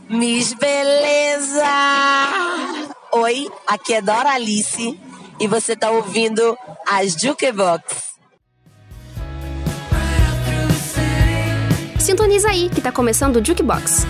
Miss Beleza! Oi, aqui é Dora Alice e você tá ouvindo as Jukebox. Sintoniza aí que tá começando o Jukebox.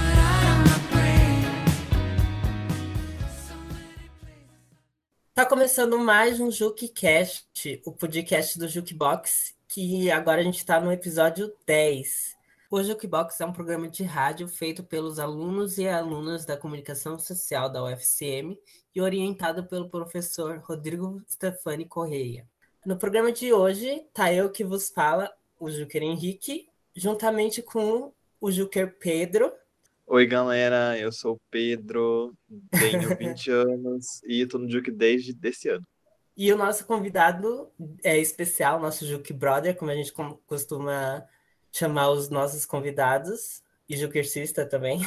Tá começando mais um JukeCast, o podcast do Jukebox, que agora a gente tá no episódio 10. O Jukebox é um programa de rádio feito pelos alunos e alunas da comunicação social da UFCM e orientado pelo professor Rodrigo Stefani Correia. No programa de hoje, tá eu que vos fala, o Juker Henrique, juntamente com o Juker Pedro. Oi, galera, eu sou o Pedro, tenho 20 anos e tô no Juke desde esse ano. E o nosso convidado é especial, nosso Juke Brother, como a gente costuma chamar os nossos convidados, e Jukercista também,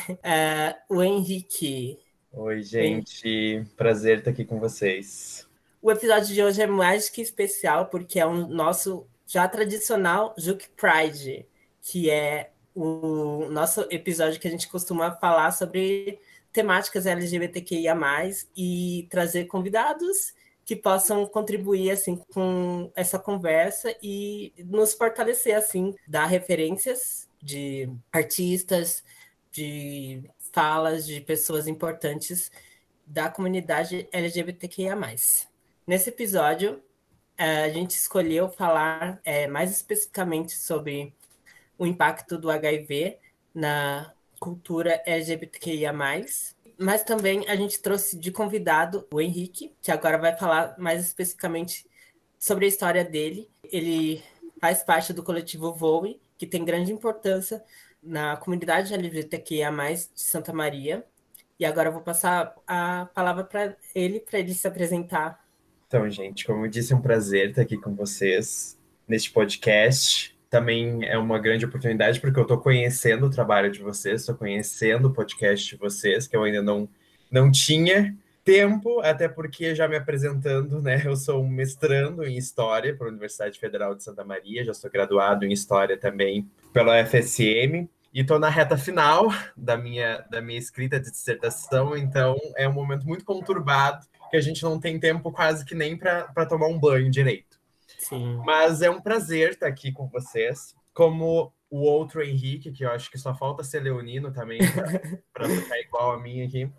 o Henrique. Oi, gente, prazer estar aqui com vocês. O episódio de hoje é mais que especial, porque é um nosso já tradicional Juke Pride, que é o nosso episódio que a gente costuma falar sobre temáticas LGBTQIA+, e trazer convidados que possam contribuir assim com essa conversa e nos fortalecer assim, dar referências de artistas, de falas de pessoas importantes da comunidade LGBTQIA+. Nesse episódio, a gente escolheu falar mais especificamente sobre o impacto do HIV na cultura LGBTQIA+, mas também a gente trouxe de convidado o Henrique, que agora vai falar mais especificamente sobre a história dele. Ele faz parte do coletivo Voe, que tem grande importância na comunidade LGBTQIA+, de Santa Maria. E agora eu vou passar a palavra para ele se apresentar. Então, gente, como eu disse, é um prazer estar aqui com vocês neste podcast. Também é uma grande oportunidade porque eu estou conhecendo o trabalho de vocês, estou conhecendo o podcast de vocês, que eu ainda não tinha tempo, até porque já me apresentando, né? Eu sou um mestrando em História pela Universidade Federal de Santa Maria, já sou graduado em História também pela UFSM, e estou na reta final da minha escrita de dissertação, então é um momento muito conturbado, que a gente não tem tempo quase que nem para tomar um banho direito. Sim. Mas é um prazer estar aqui com vocês, como o outro Henrique, que eu acho que só falta ser leonino também, para ficar igual a mim aqui.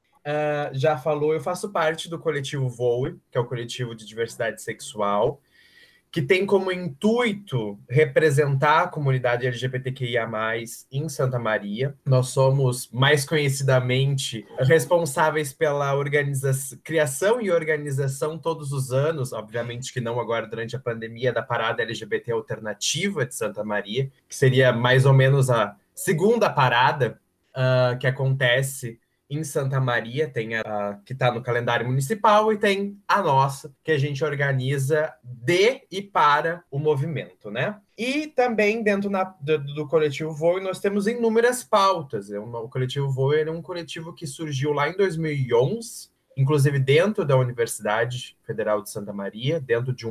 Já falou, eu faço parte do coletivo Voe, que é o coletivo de diversidade sexual, que tem como intuito representar a comunidade LGBTQIA+, em Santa Maria. Nós somos, mais conhecidamente, responsáveis pela criação e organização todos os anos, obviamente que não agora durante a pandemia, da Parada LGBT Alternativa de Santa Maria, que seria mais ou menos a segunda parada que acontece em Santa Maria, tem a que está no calendário municipal e tem a nossa, que a gente organiza de e para o movimento, né? E também dentro do coletivo Voe nós temos inúmeras pautas. O coletivo Voe é um coletivo que surgiu lá em 2011, inclusive dentro da Universidade Federal de Santa Maria, dentro de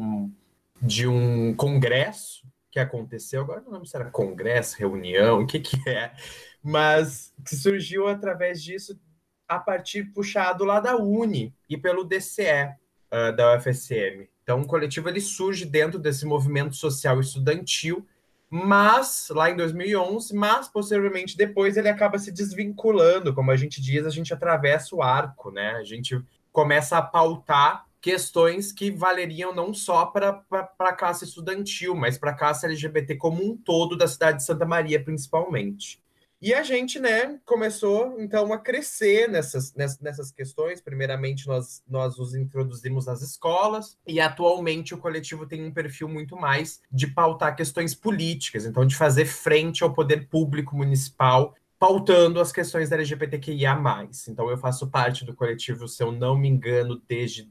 um congresso que aconteceu, agora não lembro se era congresso, reunião, o que é, mas que surgiu através disso a partir puxado lá da Uni e pelo DCE da UFSM. Então, o coletivo ele surge dentro desse movimento social estudantil, mas lá em 2011, mas posteriormente depois ele acaba se desvinculando, como a gente diz, a gente atravessa o arco, né? A gente começa a pautar questões que valeriam não só para a classe estudantil, mas para a classe LGBT como um todo da cidade de Santa Maria, principalmente. E a gente, né, começou, então, a crescer nessas questões. Primeiramente, nós nos introduzimos nas escolas e, atualmente, o coletivo tem um perfil muito mais de pautar questões políticas, então, de fazer frente ao poder público municipal, pautando as questões da LGBTQIA+. Então, eu faço parte do coletivo, se eu não me engano, desde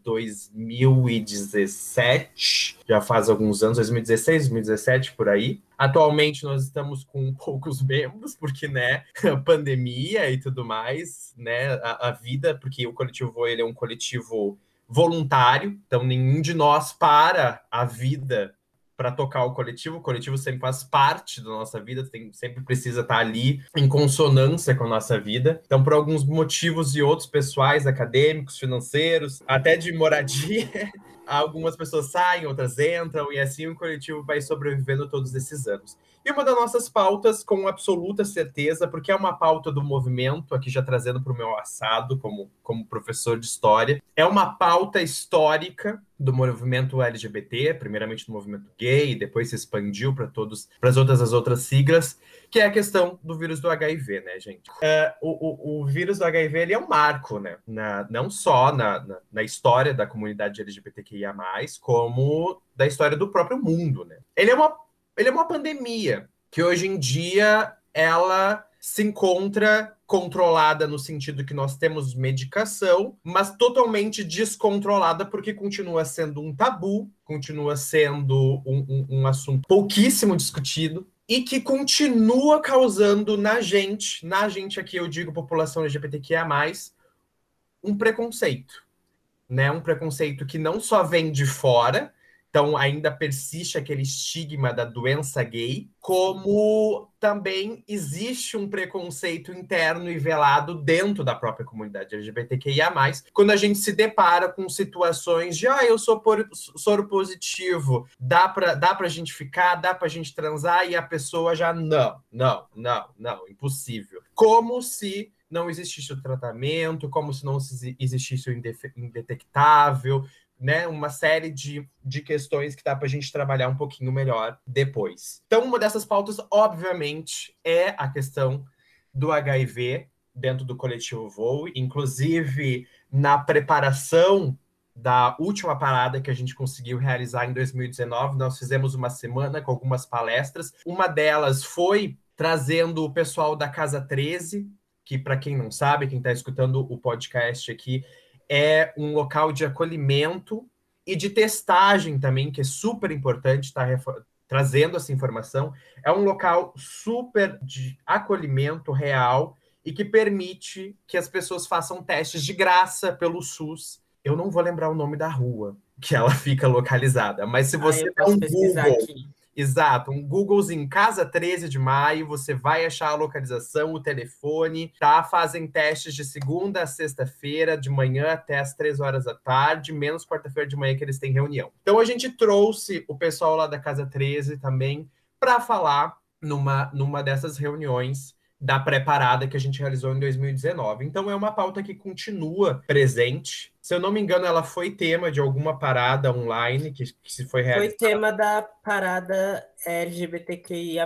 2017, já faz alguns anos, 2016, 2017, por aí. Atualmente, nós estamos com poucos membros, porque, né, a pandemia e tudo mais, né, a vida, porque o coletivo Voe, ele é um coletivo voluntário, então nenhum de nós para a vida para tocar o coletivo sempre faz parte da nossa vida, sempre precisa estar ali em consonância com a nossa vida. Então, por alguns motivos e outros pessoais, acadêmicos, financeiros, até de moradia, algumas pessoas saem, outras entram, e assim o coletivo vai sobrevivendo todos esses anos. E uma das nossas pautas, com absoluta certeza, porque é uma pauta do movimento, aqui já trazendo para o meu assado como professor de história, é uma pauta histórica do movimento LGBT, primeiramente do movimento gay, depois se expandiu para as outras siglas, que é a questão do vírus do HIV, né, gente? O vírus do HIV, ele é um marco, né? Não só na história da comunidade LGBTQIA+, como da história do próprio mundo, né? Ele é uma pandemia que hoje em dia ela se encontra controlada no sentido que nós temos medicação, mas totalmente descontrolada porque continua sendo um tabu, continua sendo um assunto pouquíssimo discutido e que continua causando na gente aqui eu digo população LGBTQIA+, um preconceito, né? Um preconceito que não só vem de fora, então ainda persiste aquele estigma da doença gay, como também existe um preconceito interno e velado dentro da própria comunidade LGBTQIA+, quando a gente se depara com situações de eu sou soro positivo, dá pra gente ficar, dá pra gente transar, e a pessoa já não, impossível. Como se não existisse o tratamento, como se não existisse o indetectável, né? Uma série de questões que dá para a gente trabalhar um pouquinho melhor depois. Então, uma dessas pautas, obviamente, é a questão do HIV dentro do coletivo Voe. Inclusive, na preparação da última parada que a gente conseguiu realizar em 2019, nós fizemos uma semana com algumas palestras. Uma delas foi trazendo o pessoal da Casa 13, que, para quem não sabe, quem está escutando o podcast aqui, é um local de acolhimento e de testagem também, que é super importante estar trazendo essa informação. É um local super de acolhimento real e que permite que as pessoas façam testes de graça pelo SUS. Eu não vou lembrar o nome da rua que ela fica localizada, mas se você der um Google... Aqui. Exato, um Googlezinho, Casa 13 de Maio, você vai achar a localização, o telefone, tá? Fazem testes de segunda a sexta-feira, de manhã até as 3 horas da tarde, menos quarta-feira de manhã que eles têm reunião. Então a gente trouxe o pessoal lá da Casa 13 também para falar numa dessas reuniões da pré-parada que a gente realizou em 2019. Então é uma pauta que continua presente. Se eu não me engano, ela foi tema de alguma parada online que se foi realizada. Foi tema da parada LGBTQIA+,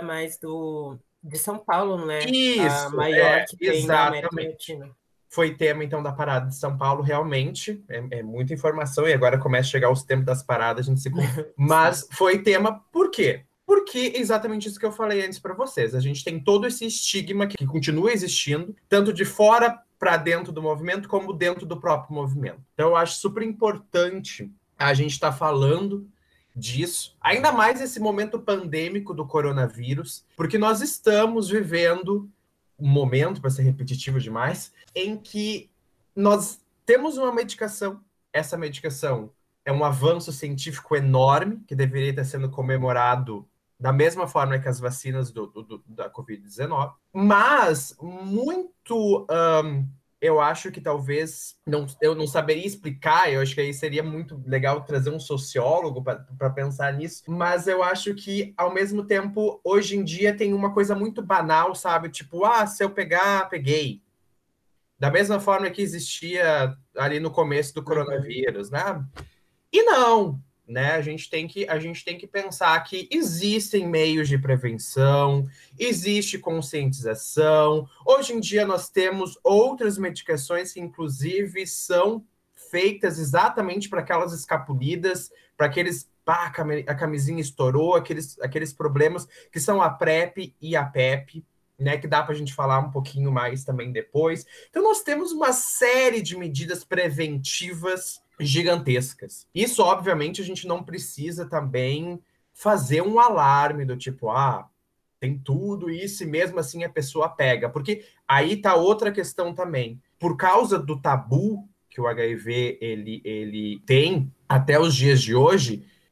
de São Paulo, né? Isso, a maior que tem exatamente. da América Latina. Foi tema, então, da parada de São Paulo, realmente. É muita informação, e agora começa a chegar os tempos das paradas, a gente se... Mas foi tema, por quê? Porque é exatamente isso que eu falei antes para vocês. A gente tem todo esse estigma que continua existindo, tanto de fora para dentro do movimento, como dentro do próprio movimento. Então, eu acho super importante a gente estar falando disso, ainda mais nesse momento pandêmico do coronavírus, porque nós estamos vivendo um momento, para ser repetitivo demais, em que nós temos uma medicação. Essa medicação é um avanço científico enorme, que deveria estar sendo comemorado da mesma forma que as vacinas da Covid-19, mas muito, eu acho que talvez, eu não saberia explicar, eu acho que aí seria muito legal trazer um sociólogo para pensar nisso, mas eu acho que, ao mesmo tempo, hoje em dia tem uma coisa muito banal, sabe? Tipo, se eu pegar, peguei. Da mesma forma que existia ali no começo do coronavírus, né? E não, né? A gente tem que pensar que existem meios de prevenção, existe conscientização. Hoje em dia nós temos outras medicações que, inclusive, são feitas exatamente para aquelas escapulidas, para aqueles... a camisinha estourou, aqueles problemas que são a PrEP e a PEP, né, que dá para a gente falar um pouquinho mais também depois. Então nós temos uma série de medidas preventivas gigantescas. Isso, obviamente, a gente não precisa também fazer um alarme do tipo, tem tudo isso e mesmo assim a pessoa pega. Porque aí tá outra questão também. Por causa do tabu que o HIV ele tem até os dias de hoje,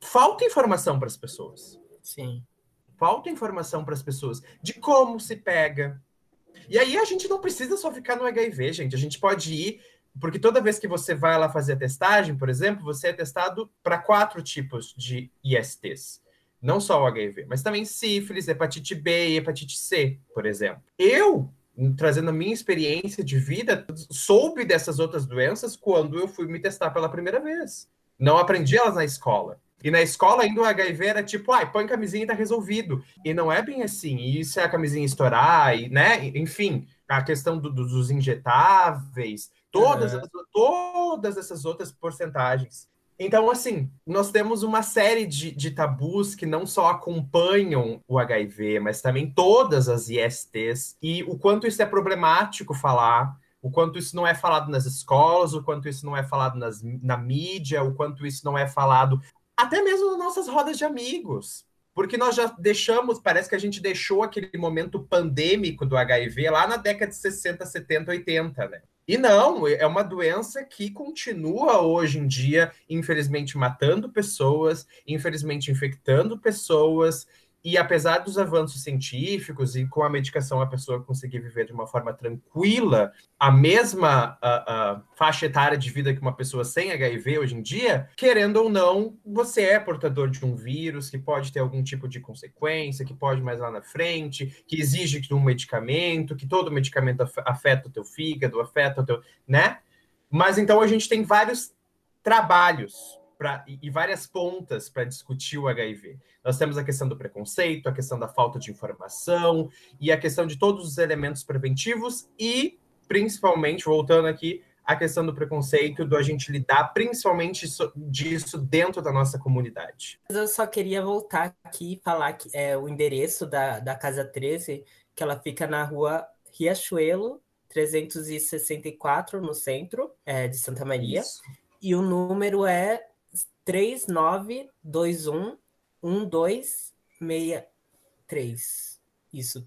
falta informação para as pessoas. Sim. Falta informação para as pessoas de como se pega. E aí a gente não precisa só ficar no HIV, gente. A gente pode ir, porque toda vez que você vai lá fazer a testagem, por exemplo, você é testado para 4 tipos de ISTs. Não só o HIV, mas também sífilis, hepatite B e hepatite C, por exemplo. Eu, trazendo a minha experiência de vida, soube dessas outras doenças quando eu fui me testar pela primeira vez. Não aprendi elas na escola. E na escola ainda o HIV era tipo, põe camisinha e tá resolvido. E não é bem assim. E se a camisinha estourar, e, né? Enfim, a questão dos injetáveis, todas essas outras porcentagens. Então, assim, nós temos uma série de tabus que não só acompanham o HIV, mas também todas as ISTs. E o quanto isso é problemático falar, o quanto isso não é falado nas escolas, o quanto isso não é falado na mídia, o quanto isso não é falado até mesmo nas nossas rodas de amigos. Porque nós já deixamos, parece que a gente deixou aquele momento pandêmico do HIV lá na década de 60, 70, 80, né? E não, é uma doença que continua hoje em dia, infelizmente, matando pessoas, infelizmente, infectando pessoas. E apesar dos avanços científicos e com a medicação a pessoa conseguir viver de uma forma tranquila, a mesma faixa etária de vida que uma pessoa sem HIV hoje em dia, querendo ou não, você é portador de um vírus que pode ter algum tipo de consequência, que pode mais lá na frente, que exige um medicamento, que todo medicamento afeta o teu fígado, afeta o teu... né? Mas então a gente tem vários trabalhos e várias pontas para discutir o HIV. Nós temos a questão do preconceito, a questão da falta de informação e a questão de todos os elementos preventivos e, principalmente, voltando aqui, a questão do preconceito, do a gente lidar principalmente disso dentro da nossa comunidade. Eu só queria voltar aqui e falar que é o endereço da Casa 13, que ela fica na rua Riachuelo, 364, no centro de Santa Maria. Isso. E o número é 3921-1263. Isso,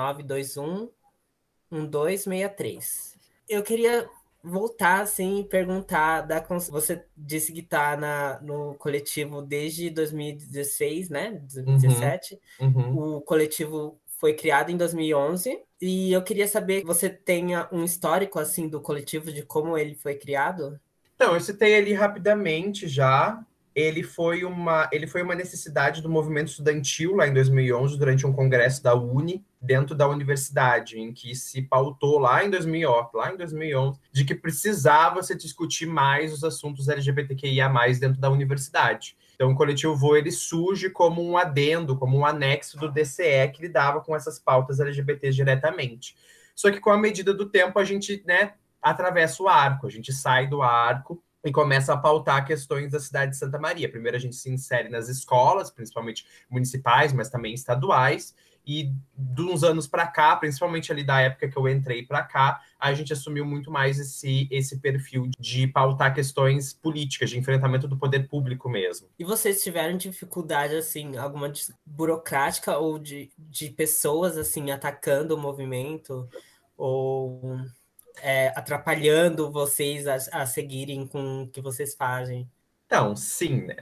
3921-1263. Eu queria voltar, assim, e perguntar, você disse que está no coletivo desde 2016, né? 2017. O coletivo foi criado em 2011. E eu queria saber se você tenha um histórico, assim, do coletivo, de como ele foi criado. Então, eu citei ali rapidamente já. Ele foi uma necessidade do movimento estudantil lá em 2011, durante um congresso da UNE, dentro da universidade, em que se pautou lá em 2011, de que precisava se discutir mais os assuntos LGBTQIA+, dentro da universidade. Então, o Coletivo Vô, ele surge como um adendo, como um anexo do DCE, que lidava com essas pautas LGBTs diretamente. Só que, com a medida do tempo, a gente, né, atravessa o arco, a gente sai do arco e começa a pautar questões da cidade de Santa Maria. Primeiro a gente se insere nas escolas, principalmente municipais, mas também estaduais, e de uns anos para cá, principalmente ali da época que eu entrei para cá, a gente assumiu muito mais esse perfil de pautar questões políticas, de enfrentamento do poder público mesmo. E vocês tiveram dificuldade, assim, alguma burocrática ou de pessoas, assim, atacando o movimento ou... atrapalhando vocês a seguirem com o que vocês fazem? Então, sim, né?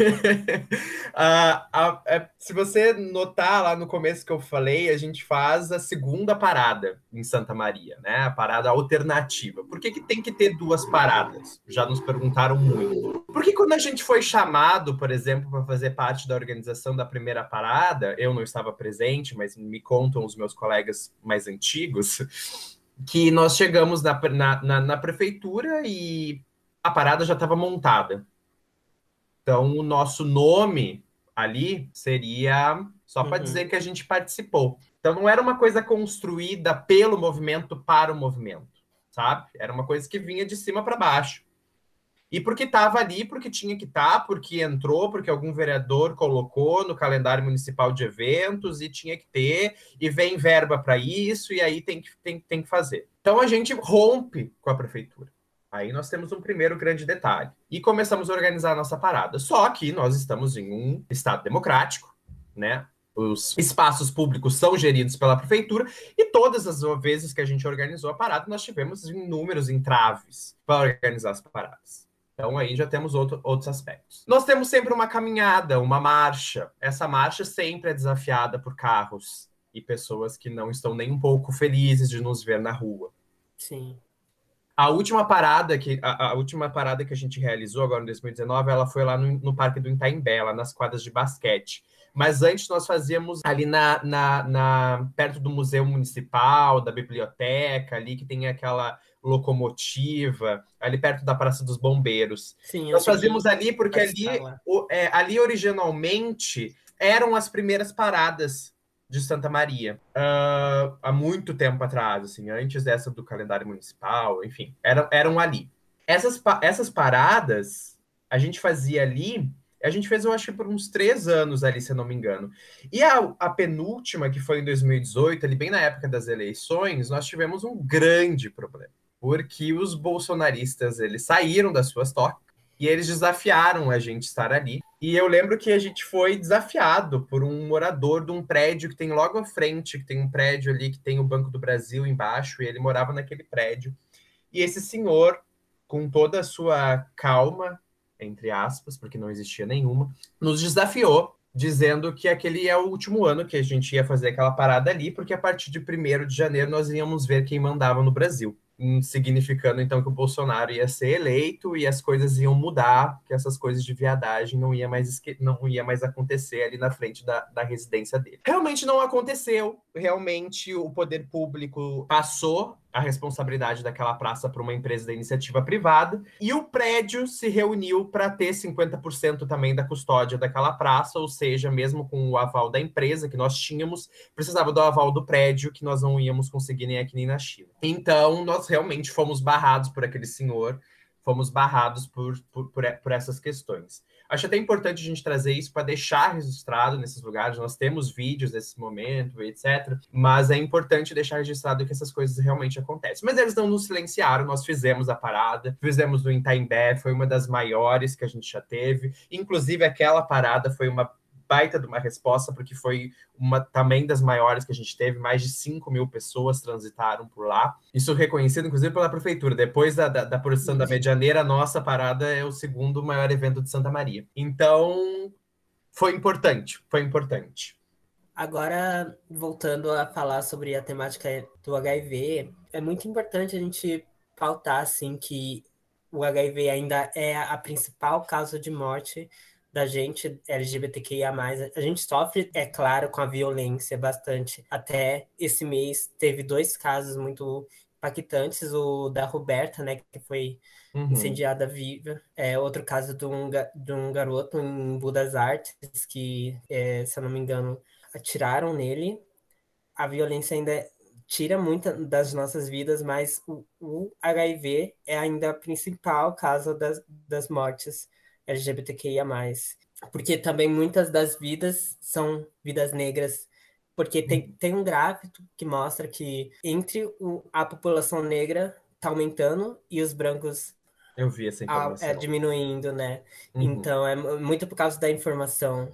Se você notar lá no começo que eu falei, a gente faz a segunda parada em Santa Maria, né? A parada alternativa. Por que tem que ter 2 paradas? Já nos perguntaram muito. Porque quando a gente foi chamado, por exemplo, para fazer parte da organização da primeira parada, eu não estava presente, mas me contam os meus colegas mais antigos, que nós chegamos na prefeitura e a parada já estava montada. Então, o nosso nome ali seria só para dizer que a gente participou. Então, não era uma coisa construída pelo movimento para o movimento, sabe? Era uma coisa que vinha de cima para baixo. E porque estava ali, porque tinha que estar, porque entrou, porque algum vereador colocou no calendário municipal de eventos e tinha que ter, e vem verba para isso, e aí tem que fazer. Então, a gente rompe com a prefeitura. Aí nós temos um primeiro grande detalhe. E começamos a organizar a nossa parada. Só que nós estamos em um estado democrático, né? Os espaços públicos são geridos pela prefeitura e todas as vezes que a gente organizou a parada, nós tivemos inúmeros entraves para organizar as paradas. Então aí já temos outros aspectos. Nós temos sempre uma caminhada, uma marcha. Essa marcha sempre é desafiada por carros e pessoas que não estão nem um pouco felizes de nos ver na rua. Sim. A última parada que a gente realizou agora em 2019, ela foi lá no Parque do Itaimbé, lá nas quadras de basquete. Mas antes nós fazíamos ali perto do Museu Municipal, da biblioteca, ali que tem aquela locomotiva, ali perto da Praça dos Bombeiros. Sim, nós fazíamos ali porque ali originalmente eram as primeiras paradas de Santa Maria, há muito tempo atrás, assim, antes dessa do calendário municipal, enfim, eram ali. Essas paradas a gente fazia ali, a gente fez, eu acho, por uns 3 anos ali, se eu não me engano. E a penúltima, que foi em 2018, ali bem na época das eleições, nós tivemos um grande problema, porque os bolsonaristas, eles saíram das suas tocas e eles desafiaram a gente estar ali. E eu lembro que a gente foi desafiado por um morador de um prédio que tem logo à frente, que tem um prédio ali que tem o Banco do Brasil embaixo, e ele morava naquele prédio. E esse senhor, com toda a sua calma, entre aspas, porque não existia nenhuma, nos desafiou, dizendo que aquele é o último ano que a gente ia fazer aquela parada ali, porque a partir de 1º de janeiro nós íamos ver quem mandava no Brasil. Significando, então, que o Bolsonaro ia ser eleito e as coisas iam mudar, que essas coisas de viadagem não ia mais acontecer ali na frente da residência dele. Realmente não aconteceu. Realmente o poder público passou a responsabilidade daquela praça para uma empresa da iniciativa privada, e o prédio se reuniu para ter 50% também da custódia daquela praça, ou seja, mesmo com o aval da empresa que nós tínhamos, precisava do aval do prédio, que nós não íamos conseguir nem aqui nem na China. Então, nós realmente fomos barrados por aquele senhor, fomos barrados por essas questões. Acho até importante a gente trazer isso para deixar registrado nesses lugares. Nós temos vídeos desse momento, etc. Mas é importante deixar registrado que essas coisas realmente acontecem. Mas eles não nos silenciaram, nós fizemos a parada, fizemos no Itaimbé, foi uma das maiores que a gente já teve. Inclusive, aquela parada foi uma baita de uma resposta, porque foi uma também das maiores que a gente teve, mais de 5.000 pessoas transitaram por lá. Isso reconhecido, inclusive, pela prefeitura. Depois da procissão da Medianeira, a nossa parada é o 2º maior evento de Santa Maria. Então, foi importante. Agora, voltando a falar sobre a temática do HIV, é muito importante a gente pautar, assim, que o HIV ainda é a principal causa de morte da gente LGBTQIA+. A gente sofre, é claro, com a violência bastante. Até esse mês teve 2 casos muito impactantes, o da Roberta, né, que foi incendiada viva. Outro caso de um garoto em Budas Artes, que, se eu não me engano, atiraram nele. A violência ainda tira muito das nossas vidas, mas o HIV é ainda a principal causa das mortes LGBTQIA+. Porque também muitas das vidas são vidas negras. Porque tem um gráfico que mostra que a população negra está aumentando e os brancos eu vi essa informação. Diminuindo, né? Então, é muito por causa da informação.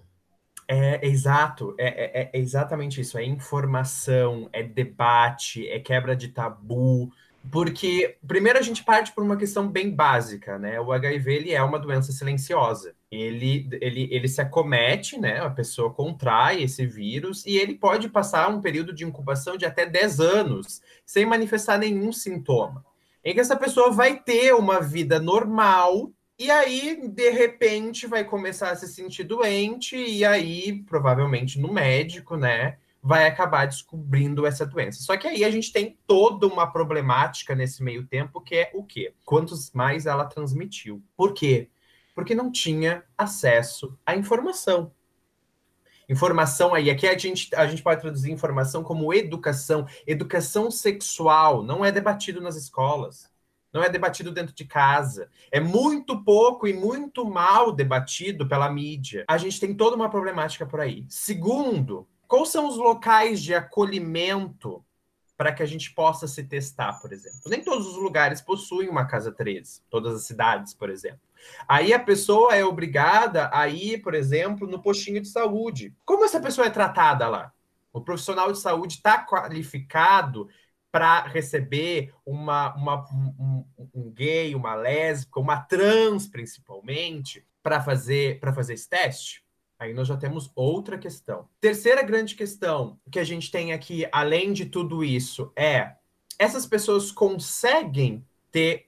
Exato, é exatamente isso, é informação, é debate, é quebra de tabu, porque primeiro a gente parte por uma questão bem básica, né? O HIV, ele é uma doença silenciosa, ele se acomete, né? A pessoa contrai esse vírus e ele pode passar um período de incubação de até 10 anos sem manifestar nenhum sintoma, em que essa pessoa vai ter uma vida normal. E aí, de repente, vai começar a se sentir doente, e aí, provavelmente, no médico, né, vai acabar descobrindo essa doença. Só que aí a gente tem toda uma problemática nesse meio tempo, que é o quê? Quantos mais ela transmitiu. Por quê? Porque não tinha acesso à informação. Informação aí, aqui a gente pode traduzir informação como educação. Educação sexual não é debatido nas escolas. Não é debatido dentro de casa. É muito pouco e muito mal debatido pela mídia. A gente tem toda uma problemática por aí. Segundo, quais são os locais de acolhimento para que a gente possa se testar, por exemplo? Nem todos os lugares possuem uma casa 13, todas as cidades, por exemplo. Aí a pessoa é obrigada a ir, por exemplo, no postinho de saúde. Como essa pessoa é tratada lá? O profissional de saúde está qualificado para receber um um gay, uma lésbica, uma trans, principalmente, para fazer esse teste? Aí nós já temos outra questão. Terceira grande questão que a gente tem aqui, além de tudo isso, é essas pessoas conseguem ter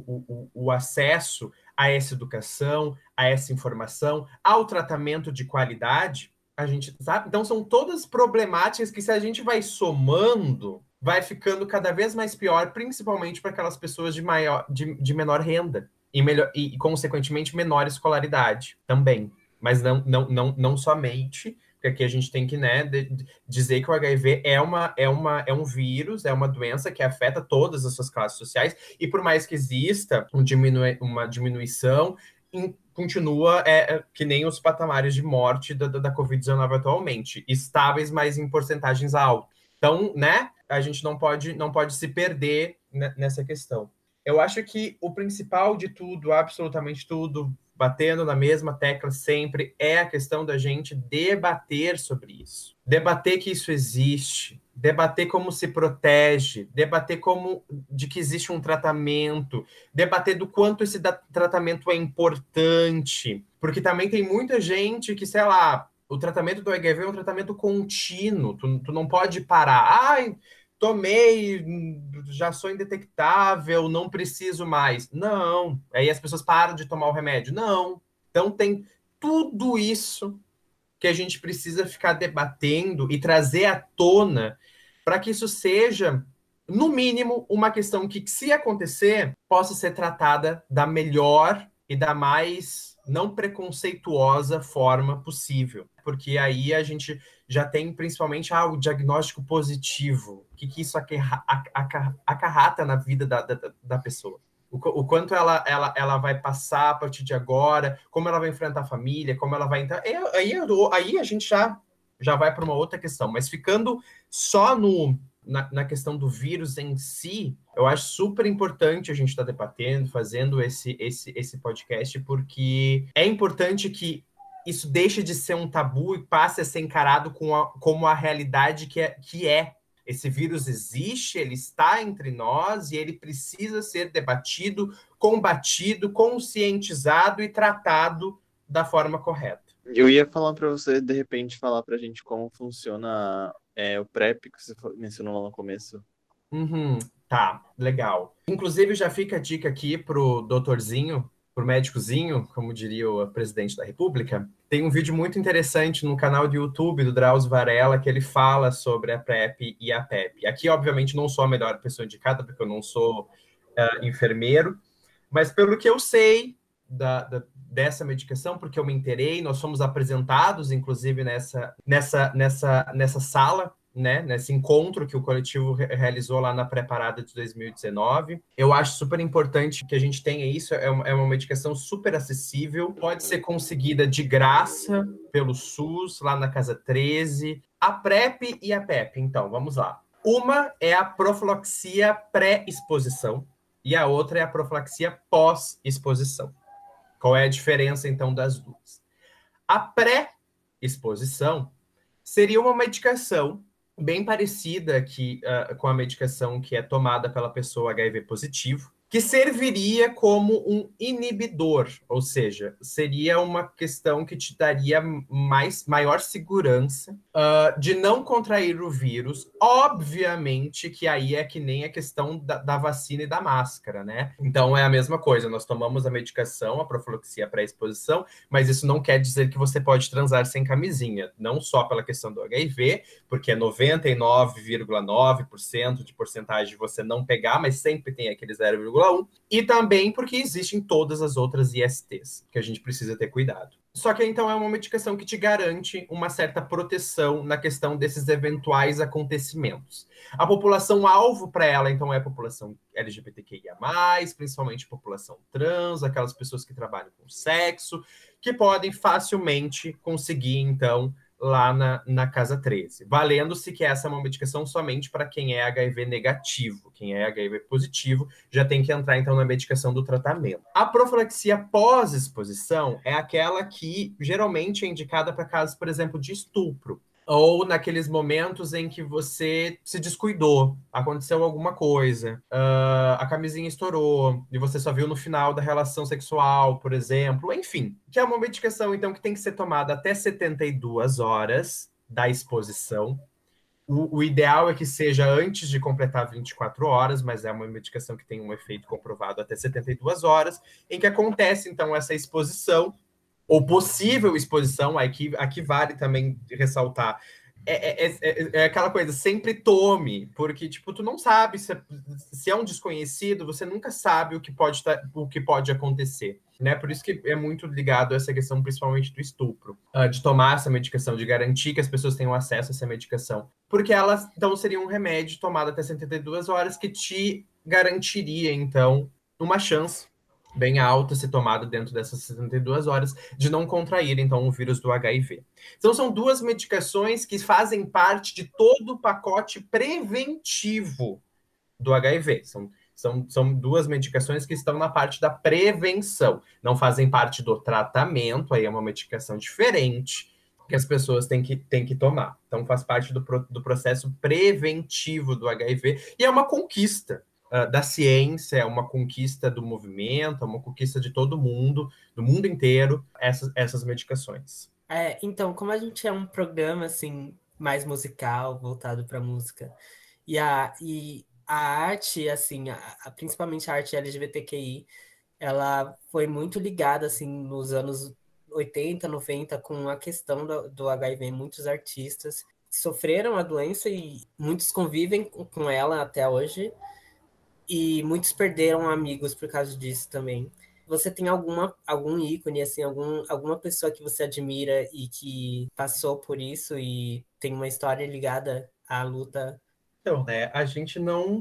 o acesso a essa educação, a essa informação, ao tratamento de qualidade? A gente sabe? Então são todas problemáticas que, se a gente vai somando, vai ficando cada vez mais pior, principalmente para aquelas pessoas de menor renda e, consequentemente, menor escolaridade também. Mas não somente, porque aqui a gente tem que, né, dizer que o HIV é um vírus, é uma doença que afeta todas as suas classes sociais, e por mais que exista uma diminuição, continua que nem os patamares de morte da Covid-19 atualmente, estáveis, mas em porcentagens altas. Então, né, a gente não pode se perder nessa questão. Eu acho que o principal de tudo, absolutamente tudo, batendo na mesma tecla sempre, é a questão da gente debater sobre isso. Debater que isso existe, debater como se protege, debater de que existe um tratamento, debater do quanto esse tratamento é importante. Porque também tem muita gente que, sei lá, o tratamento do HIV é um tratamento contínuo, tu não pode parar. Ai, tomei, já sou indetectável, não preciso mais. Não. Aí as pessoas param de tomar o remédio. Não. Então tem tudo isso que a gente precisa ficar debatendo e trazer à tona para que isso seja, no mínimo, uma questão que, se acontecer, possa ser tratada da melhor e da mais não preconceituosa forma possível. Porque aí a gente já tem, principalmente, o diagnóstico positivo. O que isso acarrata na vida da pessoa. O quanto ela vai passar a partir de agora, como ela vai enfrentar a família, como ela vai entrar. Aí a gente já vai para uma outra questão. Mas ficando só na questão do vírus em si, eu acho super importante a gente estar debatendo, fazendo esse podcast, porque é importante que isso deixe de ser um tabu e passe a ser encarado como a realidade que é. Esse vírus existe, ele está entre nós e ele precisa ser debatido, combatido, conscientizado e tratado da forma correta. Eu ia falar para você, de repente, falar para a gente como funciona o PrEP, que você mencionou lá no começo. Tá, legal. Inclusive, já fica a dica aqui pro doutorzinho, pro médicozinho, como diria o presidente da República. Tem um vídeo muito interessante no canal do YouTube do Drauzio Varela, que ele fala sobre a PrEP e a PEP. Aqui, obviamente, não sou a melhor pessoa indicada, porque eu não sou enfermeiro, mas pelo que eu sei dessa medicação, porque eu me inteirei, nós fomos apresentados, inclusive, nessa sala, né, nesse encontro que o coletivo realizou lá na Preparada de 2019. Eu acho super importante que a gente tenha isso, é uma medicação super acessível, pode ser conseguida de graça pelo SUS, lá na Casa 13. A PrEP e a PEP, então, vamos lá. Uma é a profilaxia pré-exposição e a outra é a profilaxia pós-exposição. Qual é a diferença, então, das duas? A pré-exposição seria uma medicação bem parecida com a medicação que é tomada pela pessoa HIV positivo, que serviria como um inibidor, ou seja, seria uma questão que te daria maior segurança de não contrair o vírus. Obviamente que aí é que nem a questão da vacina e da máscara, né? Então é a mesma coisa, nós tomamos a medicação, a profilaxia pré-exposição, mas isso não quer dizer que você pode transar sem camisinha, não só pela questão do HIV, porque é 99,9% de porcentagem de você não pegar, mas sempre tem aquele 0,1%, e também porque existem todas as outras ISTs, que a gente precisa ter cuidado. Só que então é uma medicação que te garante uma certa proteção na questão desses eventuais acontecimentos. A população-alvo para ela, então, é a população LGBTQIA+, principalmente população trans, aquelas pessoas que trabalham com sexo, que podem facilmente conseguir, então, lá na Casa 13, valendo-se que essa é uma medicação somente para quem é HIV negativo. Quem é HIV positivo já tem que entrar, então, na medicação do tratamento. A profilaxia pós-exposição é aquela que geralmente é indicada para casos, por exemplo, de estupro. Ou naqueles momentos em que você se descuidou, aconteceu alguma coisa, a camisinha estourou e você só viu no final da relação sexual, por exemplo. Enfim, que é uma medicação, então, que tem que ser tomada até 72 horas da exposição. O ideal é que seja antes de completar 24 horas, mas é uma medicação que tem um efeito comprovado até 72 horas, em que acontece, então, essa exposição, ou possível exposição, aqui vale também ressaltar, é aquela coisa, sempre tome, porque, tipo, tu não sabe se é um desconhecido, você nunca sabe o que pode acontecer, né? Por isso que é muito ligado a essa questão, principalmente do estupro, de tomar essa medicação, de garantir que as pessoas tenham acesso a essa medicação, porque elas, então, seria um remédio tomado até 72 horas que te garantiria, então, uma chance bem alta se tomada dentro dessas 72 horas de não contrair, então, o vírus do HIV. Então, são duas medicações que fazem parte de todo o pacote preventivo do HIV. São duas medicações que estão na parte da prevenção, não fazem parte do tratamento, aí é uma medicação diferente que as pessoas têm que tomar. Então, faz parte do processo preventivo do HIV e é uma conquista da ciência, é uma conquista do movimento, é uma conquista de todo mundo, do mundo inteiro, essas medicações. Então, como a gente é um programa assim mais musical, voltado para música, e a arte, assim, principalmente a arte LGBTQI, ela foi muito ligada assim nos anos 80, 90 com a questão do HIV. Muitos artistas sofreram a doença e muitos convivem com ela até hoje. E muitos perderam amigos por causa disso também. Você tem algum ícone, assim, alguma pessoa que você admira e que passou por isso e tem uma história ligada à luta? Então, né, a gente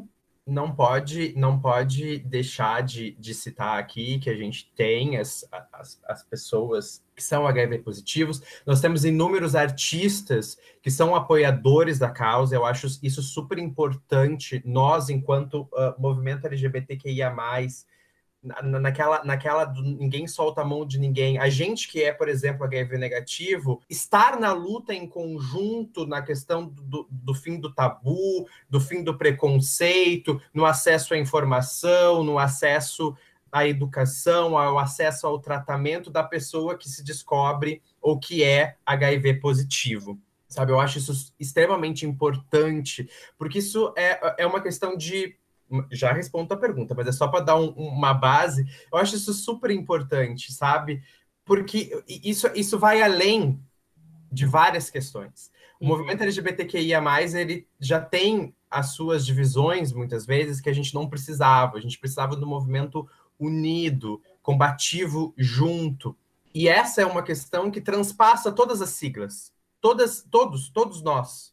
não pode deixar de citar aqui que a gente tem as pessoas que são HIV positivos. Nós temos inúmeros artistas que são apoiadores da causa. Eu acho isso super importante. Nós, enquanto movimento LGBTQIA+, naquela do ninguém solta a mão de ninguém. A gente que é, por exemplo, HIV negativo, estar na luta em conjunto na questão do fim do tabu, do fim do preconceito, no acesso à informação, no acesso à educação, ao acesso ao tratamento da pessoa que se descobre ou que é HIV positivo. Sabe, eu acho isso extremamente importante, porque isso é uma questão de... Já respondo a pergunta, mas é só para dar uma base. Eu acho isso super importante, sabe? Porque isso vai além de várias questões. O movimento LGBTQIA+, ele já tem as suas divisões, muitas vezes, que a gente não precisava. A gente precisava do movimento unido, combativo junto. E essa é uma questão que transpassa todas as siglas. Todos nós.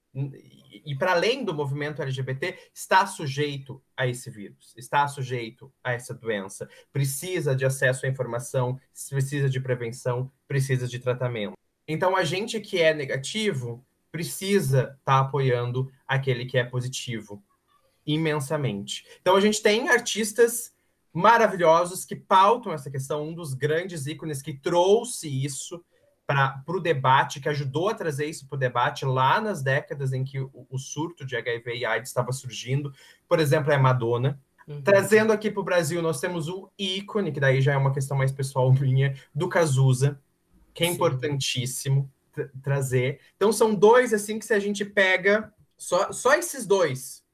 E para além do movimento LGBT, está sujeito a esse vírus, está sujeito a essa doença, precisa de acesso à informação, precisa de prevenção, precisa de tratamento. Então, a gente que é negativo precisa estar apoiando aquele que é positivo, imensamente. Então, a gente tem artistas maravilhosos que pautam essa questão, um dos grandes ícones que trouxe isso para o debate, que ajudou a trazer isso para o debate lá nas décadas em que o surto de HIV e AIDS estava surgindo, por exemplo, é a Madonna. Trazendo aqui para o Brasil, nós temos o ícone, que daí já é uma questão mais pessoal minha, do Cazuza, que é importantíssimo trazer. Então, são dois, assim, que se a gente pega só esses dois,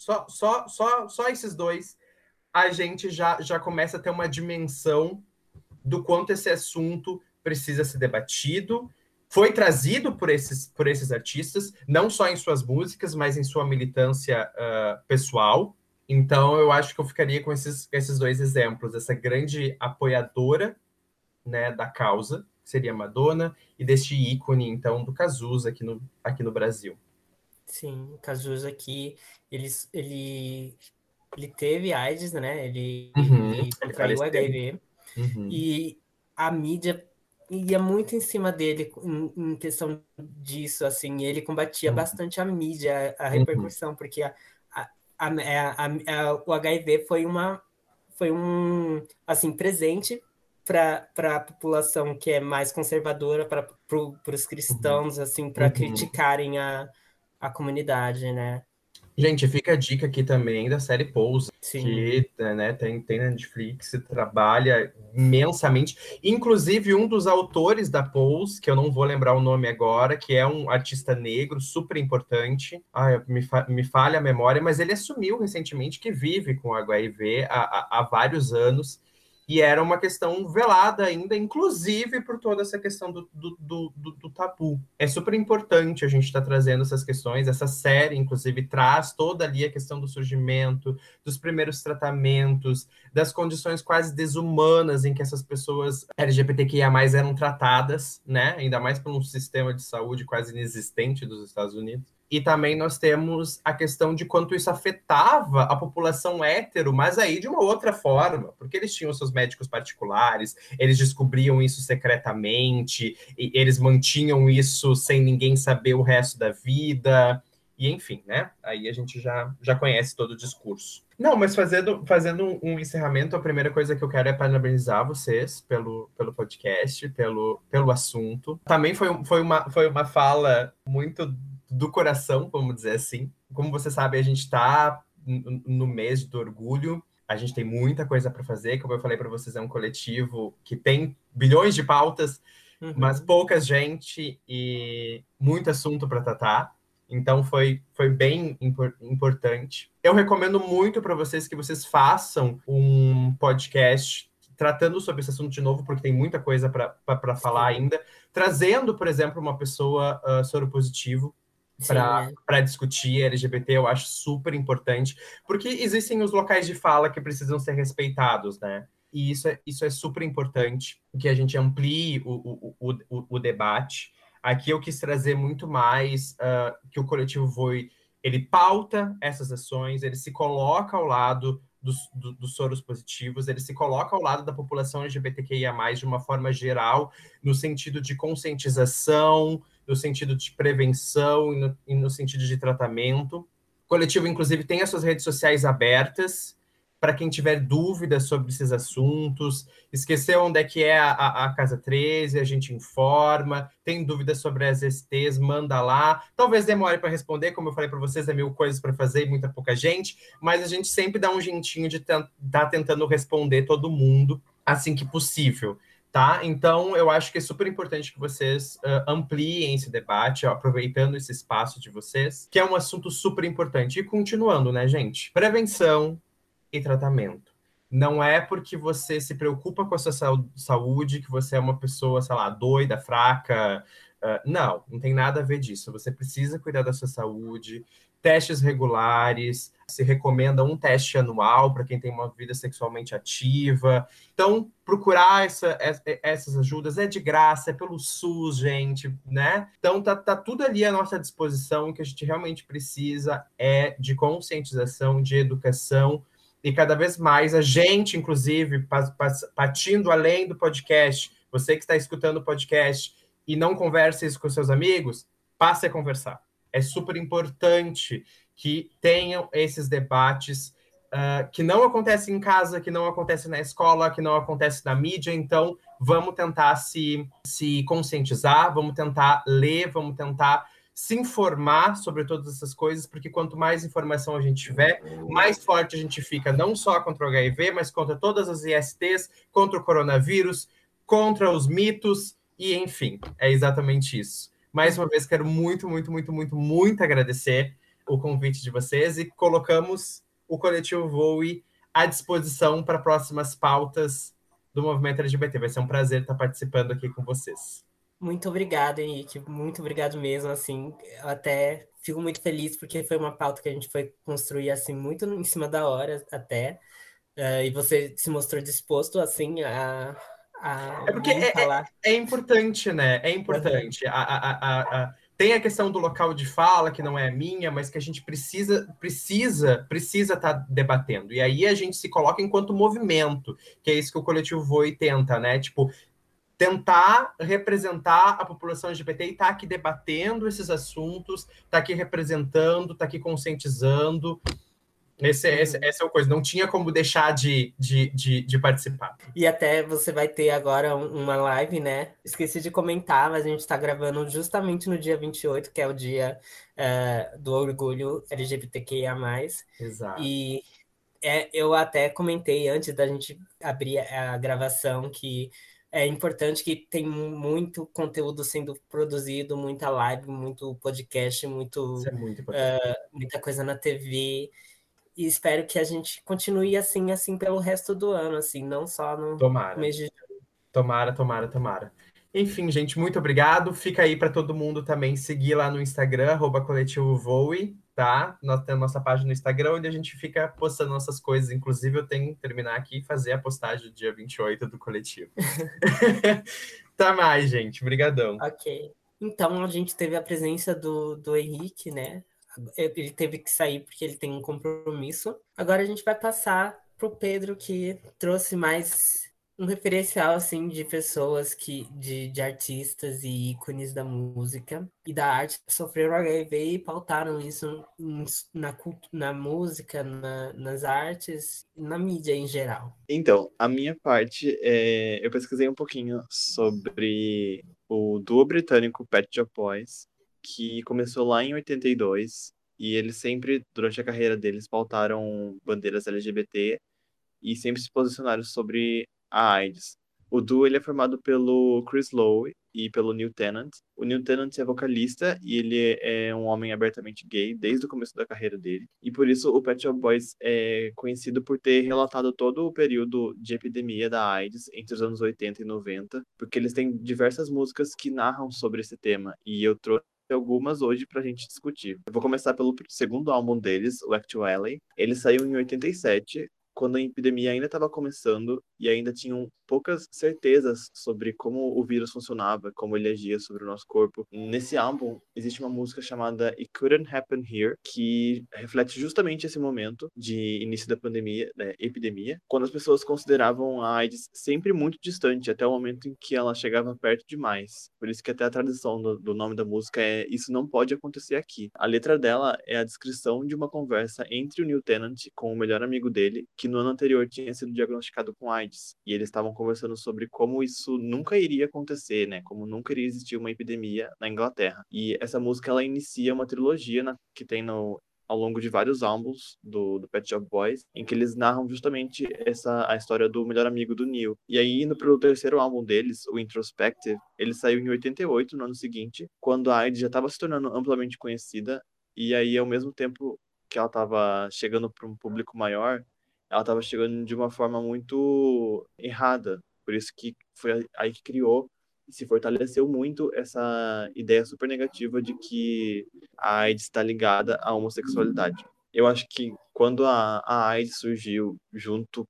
só esses dois, a gente já começa a ter uma dimensão do quanto esse assunto precisa ser debatido, foi trazido por esses artistas, não só em suas músicas, mas em sua militância pessoal. Então, eu acho que eu ficaria com esses dois exemplos, essa grande apoiadora, né, da causa, que seria Madonna, e deste ícone, então, do Cazuza aqui no Brasil. Sim, o Cazuza aqui, ele teve AIDS, né? Ele contraiu o HIV. E a mídia ia muito em cima dele em questão disso, assim, ele combatia bastante a mídia, a repercussão, porque o HIV foi um, assim, presente para a população que é mais conservadora, para os cristãos, assim, para criticarem a comunidade, né? Gente, fica a dica aqui também da série Pose, Sim. que né, tem na Netflix, trabalha imensamente. Inclusive, um dos autores da Pose, que eu não vou lembrar o nome agora, que é um artista negro super importante. Me falha a memória, mas ele assumiu recentemente que vive com HIV há vários anos. E era uma questão velada ainda, inclusive por toda essa questão do tabu. É super importante a gente estar trazendo essas questões. Essa série, inclusive, traz toda ali a questão do surgimento, dos primeiros tratamentos, das condições quase desumanas em que essas pessoas LGBTQIA+, eram tratadas, né? Ainda mais por um sistema de saúde quase inexistente dos Estados Unidos. E também nós temos a questão de quanto isso afetava a população hétero, mas aí de uma outra forma, porque eles tinham seus médicos particulares, eles descobriam isso secretamente, e eles mantinham isso sem ninguém saber o resto da vida, e enfim, né? Aí a gente já conhece todo o discurso. Não, mas fazendo um encerramento, a primeira coisa que eu quero é parabenizar vocês pelo podcast, pelo assunto. Também foi uma fala muito do coração, vamos dizer assim. Como você sabe, a gente está no mês do orgulho, a gente tem muita coisa para fazer, como eu falei para vocês, é um coletivo que tem bilhões de pautas, mas pouca gente e muito assunto para tratar. Então foi bem importante. Eu recomendo muito para vocês que vocês façam um podcast tratando sobre esse assunto de novo, porque tem muita coisa para falar ainda, trazendo, por exemplo, uma pessoa soropositivo para discutir LGBT. Eu acho super importante, porque existem os locais de fala que precisam ser respeitados, né? E isso é super importante, que a gente amplie o debate. Aqui eu quis trazer muito mais que o Coletivo Voe, ele pauta essas ações, ele se coloca ao lado dos soros positivos, ele se coloca ao lado da população LGBTQIA+, de uma forma geral, no sentido de conscientização, no sentido de prevenção e no sentido de tratamento. O coletivo, inclusive, tem as suas redes sociais abertas para quem tiver dúvidas sobre esses assuntos. Esqueceu onde é que é a Casa 13, a gente informa. Tem dúvidas sobre as STs, manda lá. Talvez demore para responder, como eu falei para vocês, é 1000 coisas para fazer e muita pouca gente, mas a gente sempre dá um jeitinho de estar tentando responder todo mundo assim que possível. Tá? Então, eu acho que é super importante que vocês ampliem esse debate, aproveitando esse espaço de vocês, que é um assunto super importante. E continuando, né, gente? Prevenção e tratamento. Não é porque você se preocupa com a sua saúde que você é uma pessoa, sei lá, doida, fraca. Não tem nada a ver disso. Você precisa cuidar da sua saúde, testes regulares, se recomenda um teste anual para quem tem uma vida sexualmente ativa. Então, procurar essas ajudas é de graça, é pelo SUS, gente, né? Então, tá tudo ali à nossa disposição. O que a gente realmente precisa é de conscientização, de educação, e cada vez mais a gente, inclusive, partindo além do podcast, você que está escutando o podcast e não conversa isso com seus amigos, passe a conversar. É super importante que tenham esses debates que não acontecem em casa, que não acontecem na escola, que não acontecem na mídia. Então, vamos tentar se conscientizar, vamos tentar ler, vamos tentar se informar sobre todas essas coisas, porque quanto mais informação a gente tiver, mais forte a gente fica, não só contra o HIV, mas contra todas as ISTs, contra o coronavírus, contra os mitos, e enfim, é exatamente isso. Mais uma vez, quero muito, muito, muito, muito, muito agradecer o convite de vocês e colocamos o Coletivo Voe à disposição para próximas pautas do movimento LGBT. Vai ser um prazer estar participando aqui com vocês. Muito obrigado, Henrique. Muito obrigado mesmo, assim. Eu até fico muito feliz porque foi uma pauta que a gente foi construir, assim, muito em cima da hora até. E você se mostrou disposto, assim, a porque falar. É importante, né? É importante. Tem a questão do local de fala, que não é minha, mas que a gente precisa estar debatendo. E aí a gente se coloca enquanto movimento, que é isso que o Coletivo Voe tenta, né? Tipo, tentar representar a população LGBT e estar aqui debatendo esses assuntos, estar aqui representando, estar aqui conscientizando. Essa é a coisa, não tinha como deixar de participar. E até você vai ter agora uma live, né? Esqueci de comentar, mas a gente está gravando justamente no dia 28, que é o dia do orgulho LGBTQIA+. Exato. E eu até comentei antes da gente abrir a gravação que é importante que tem muito conteúdo sendo produzido, muita live, muito podcast, Isso é muito importante. muita coisa na TV. E espero que a gente continue assim pelo resto do ano, assim, não só no Tomara. mês de Tomara. Enfim, gente, muito obrigado. Fica aí para todo mundo também seguir lá no Instagram, @coletivovoe, tá? Nós temos nossa página no Instagram, onde a gente fica postando nossas coisas. Inclusive, eu tenho que terminar aqui e fazer a postagem do dia 28 do coletivo. Tá mais, gente. Obrigadão. Ok. Então, a gente teve a presença do Henrique, né? Ele teve que sair porque ele tem um compromisso. Agora a gente vai passar pro Pedro, que trouxe mais um referencial, assim, de pessoas de artistas e ícones da música e da arte que sofreram HIV e pautaram isso na música, nas artes, na mídia em geral. Então, a minha parte, eu pesquisei um pouquinho sobre o duo britânico Pet Shop Boys, que começou lá em 82, e eles sempre, durante a carreira deles, pautaram bandeiras LGBT e sempre se posicionaram sobre a AIDS. O duo ele é formado pelo Chris Lowe e pelo Neil Tennant. O Neil Tennant é vocalista e ele é um homem abertamente gay desde o começo da carreira dele. E por isso o Pet Shop Boys é conhecido por ter relatado todo o período de epidemia da AIDS entre os anos 80 e 90, porque eles têm diversas músicas que narram sobre esse tema. E eu trouxe algumas hoje pra gente discutir. Eu vou começar pelo segundo álbum deles, o Actually. Ele saiu em 87, quando a epidemia ainda estava começando e ainda tinham poucas certezas sobre como o vírus funcionava, como ele agia sobre o nosso corpo. Nesse álbum, existe uma música chamada It Couldn't Happen Here, que reflete justamente esse momento de início da pandemia, da epidemia, quando as pessoas consideravam a AIDS sempre muito distante, até o momento em que ela chegava perto demais. Por isso que até a tradução do nome da música é Isso Não Pode Acontecer Aqui. A letra dela é a descrição de uma conversa entre o Neil Tennant com o melhor amigo dele, que no ano anterior tinha sido diagnosticado com AIDS. E eles estavam conversando sobre como isso nunca iria acontecer, né? Como nunca iria existir uma epidemia na Inglaterra. E essa música, ela inicia uma trilogia que tem ao longo de vários álbuns do Pet Shop Boys, em que eles narram justamente a história do melhor amigo do Neil. E aí, indo pro terceiro álbum deles, o Introspective, ele saiu em 88, no ano seguinte, quando a AIDS já estava se tornando amplamente conhecida, e aí, ao mesmo tempo que ela estava chegando para um público maior, ela estava chegando de uma forma muito errada. Por isso que foi aí que criou e se fortaleceu muito essa ideia super negativa de que a AIDS está ligada à homossexualidade. Eu acho que quando a AIDS surgiu junto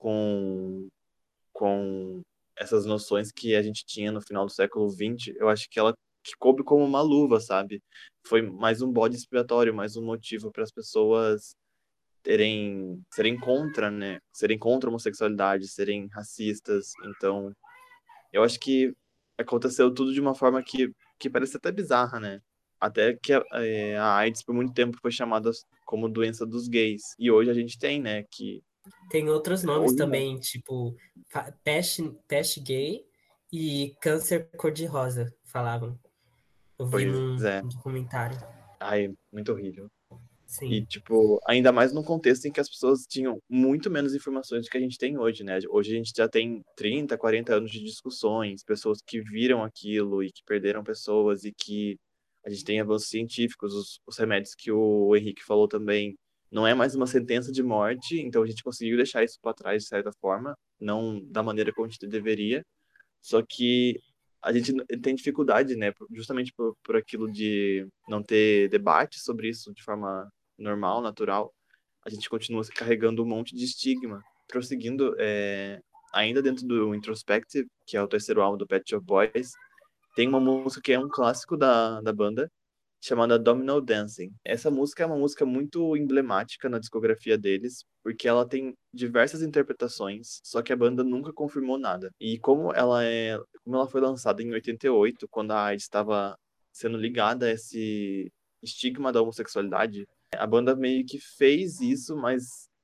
com essas noções que a gente tinha no final do século XX, eu acho que ela que coube como uma luva, sabe? Foi mais um bode expiatório, mais um motivo para as pessoas serem contra, né? Serem contra a homossexualidade, serem racistas. Então, eu acho que aconteceu tudo de uma forma que parece até bizarra, né? Até que a AIDS por muito tempo foi chamada como doença dos gays. E hoje a gente tem, né, que Tem outros nomes hoje não. também, tipo peste gay e câncer cor-de-rosa, falavam. Eu vi Pois num é. documentário. Ai, muito horrível. E, Sim. tipo, ainda mais num contexto em que as pessoas tinham muito menos informações do que a gente tem hoje, né? Hoje a gente já tem 30, 40 anos de discussões, pessoas que viram aquilo e que perderam pessoas e que a gente tem avanços científicos, os remédios que o Henrique falou também. Não é mais uma sentença de morte, então a gente conseguiu deixar isso para trás de certa forma, não da maneira como a gente deveria. Só que a gente tem dificuldade, né? Justamente por aquilo de não ter debate sobre isso de forma normal, natural. A gente continua se carregando um monte de estigma. Prosseguindo, ainda dentro do Introspective, que é o terceiro álbum do Pet Shop Boys, tem uma música que é um clássico da banda, chamada Domino Dancing. Essa música é uma música muito emblemática na discografia deles, porque ela tem diversas interpretações, só que a banda nunca confirmou nada. E como ela foi lançada em 88, quando a AIDS estava sendo ligada a esse estigma da homossexualidade, a banda meio que fez isso, mas